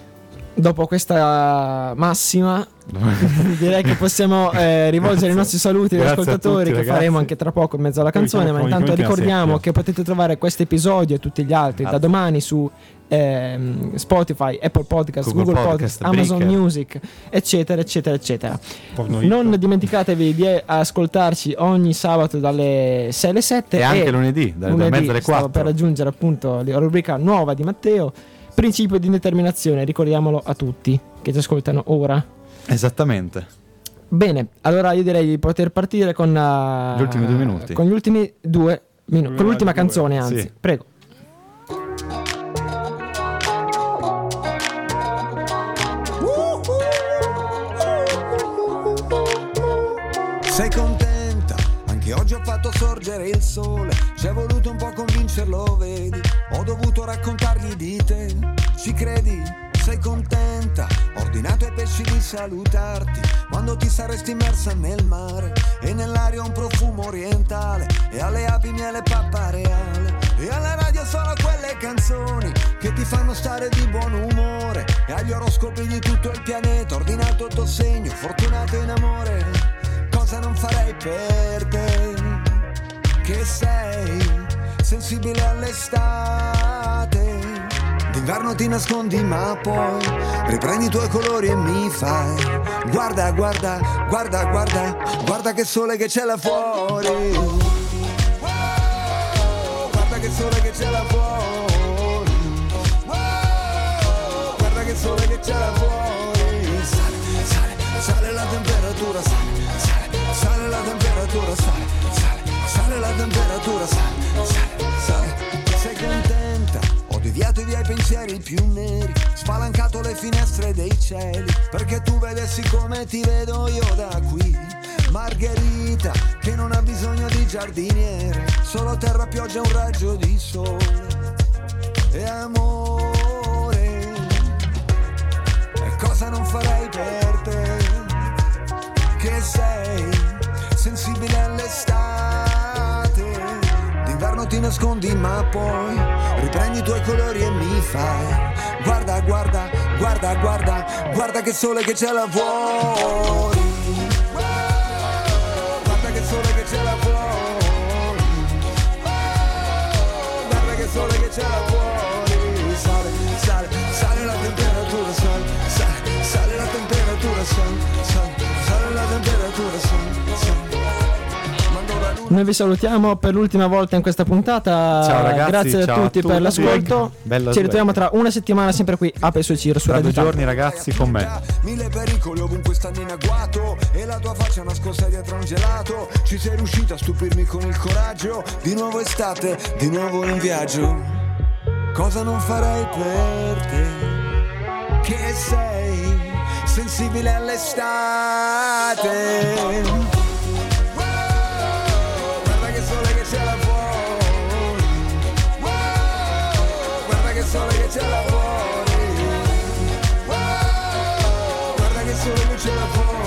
Speaker 3: Dopo questa massima direi che possiamo eh, rivolgere i nostri saluti agli ascoltatori, tutti, che ragazzi. Faremo anche tra poco in mezzo alla canzone, ma intanto ricordiamo che potete trovare questo episodio e tutti gli altri ah. da domani su eh, Spotify, Apple Podcast, Google, Google Podcast, Podcast Amazon Breaker. Music, eccetera eccetera eccetera. Non dimenticatevi di ascoltarci ogni sabato dalle sei alle sette
Speaker 4: e, e anche lunedì dalle lunedì, mezza alle quattro
Speaker 3: per raggiungere appunto la rubrica nuova di Matteo, Principio di determinazione, ricordiamolo a tutti che ci ascoltano ora.
Speaker 4: Esattamente.
Speaker 3: Bene, allora io direi di poter partire con uh,
Speaker 4: gli ultimi due minuti.
Speaker 3: Con gli ultimi due minuti, con l'ultima canzone, anzi. Sì. Prego.
Speaker 11: Sei contenta? Anche oggi ho fatto sorgere il sole. Ci è voluto un po' convincerlo, vedi? Ho dovuto raccontargli di te. Ci credi? Sei contenta? Ho ordinato ai pesci di salutarti quando ti saresti immersa nel mare, e nell'aria un profumo orientale, e alle api miele pappareale, e alla radio sono quelle canzoni che ti fanno stare di buon umore, e agli oroscopi di tutto il pianeta ordinato il tuo segno, fortunato in amore. Cosa non farei per te, che sei sensibile all'estate. D'inverno ti nascondi ma poi riprendi i tuoi colori e mi fai guarda, guarda, guarda, guarda, guarda che sole che c'è là fuori. Guarda che sole che c'è là fuori. Guarda che sole che c'è là fuori. Sale, sale, sale la temperatura, sale, sale, sale la temperatura, sale, sale, sale la temperatura, sale, sale, sale. Sei contenta? Ho deviato i miei pensieri più neri, spalancato le finestre dei cieli, perché tu vedessi come ti vedo io da qui. Margherita, che non ha bisogno di giardiniere, solo terra, pioggia, un raggio di sole e amore. E cosa non farei per te, che sei sensibile all'estate. D'inverno ti nascondi ma poi riprendi i tuoi colori e mi fai guarda, guarda, guarda, guarda, guarda che sole che c'è là fuori. Guarda che sole che c'è là fuori. Guarda che sole che c'è là fuori. Sale, sale, sale la temperatura, sale, sale, sale la temperatura, sale, sale, sale la temperatura, sale, sale.
Speaker 3: Noi vi salutiamo per l'ultima volta in questa puntata.
Speaker 4: Ciao ragazzi,
Speaker 3: grazie a
Speaker 4: ciao
Speaker 3: tutti
Speaker 4: a
Speaker 3: per
Speaker 4: tutti.
Speaker 3: l'ascolto.
Speaker 4: Bella
Speaker 3: Ci ritroviamo tra una settimana sempre qui a Peso Ciro su
Speaker 4: Tra
Speaker 3: Radio
Speaker 4: due giorni
Speaker 3: Italia.
Speaker 4: ragazzi con me.
Speaker 2: Mille pericoli ovunque stanno in agguato e la tua faccia nascosta dietro un gelato. Ci sei riuscito a stupirmi con il coraggio. Di nuovo estate, di nuovo in viaggio. Cosa non farei per te? Che sei sensibile all'estate. Guarda che sole che c'è là fuori. Guarda che sole che c'è là fuori. Guarda che sole che c'è là fuori.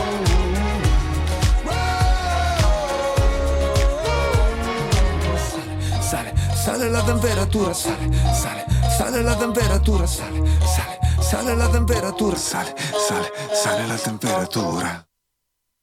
Speaker 2: Sale, sale la temperatura, sale, sale, sale la temperatura, sale, sale, sale la temperatura, sale, sale, sale la temperatura.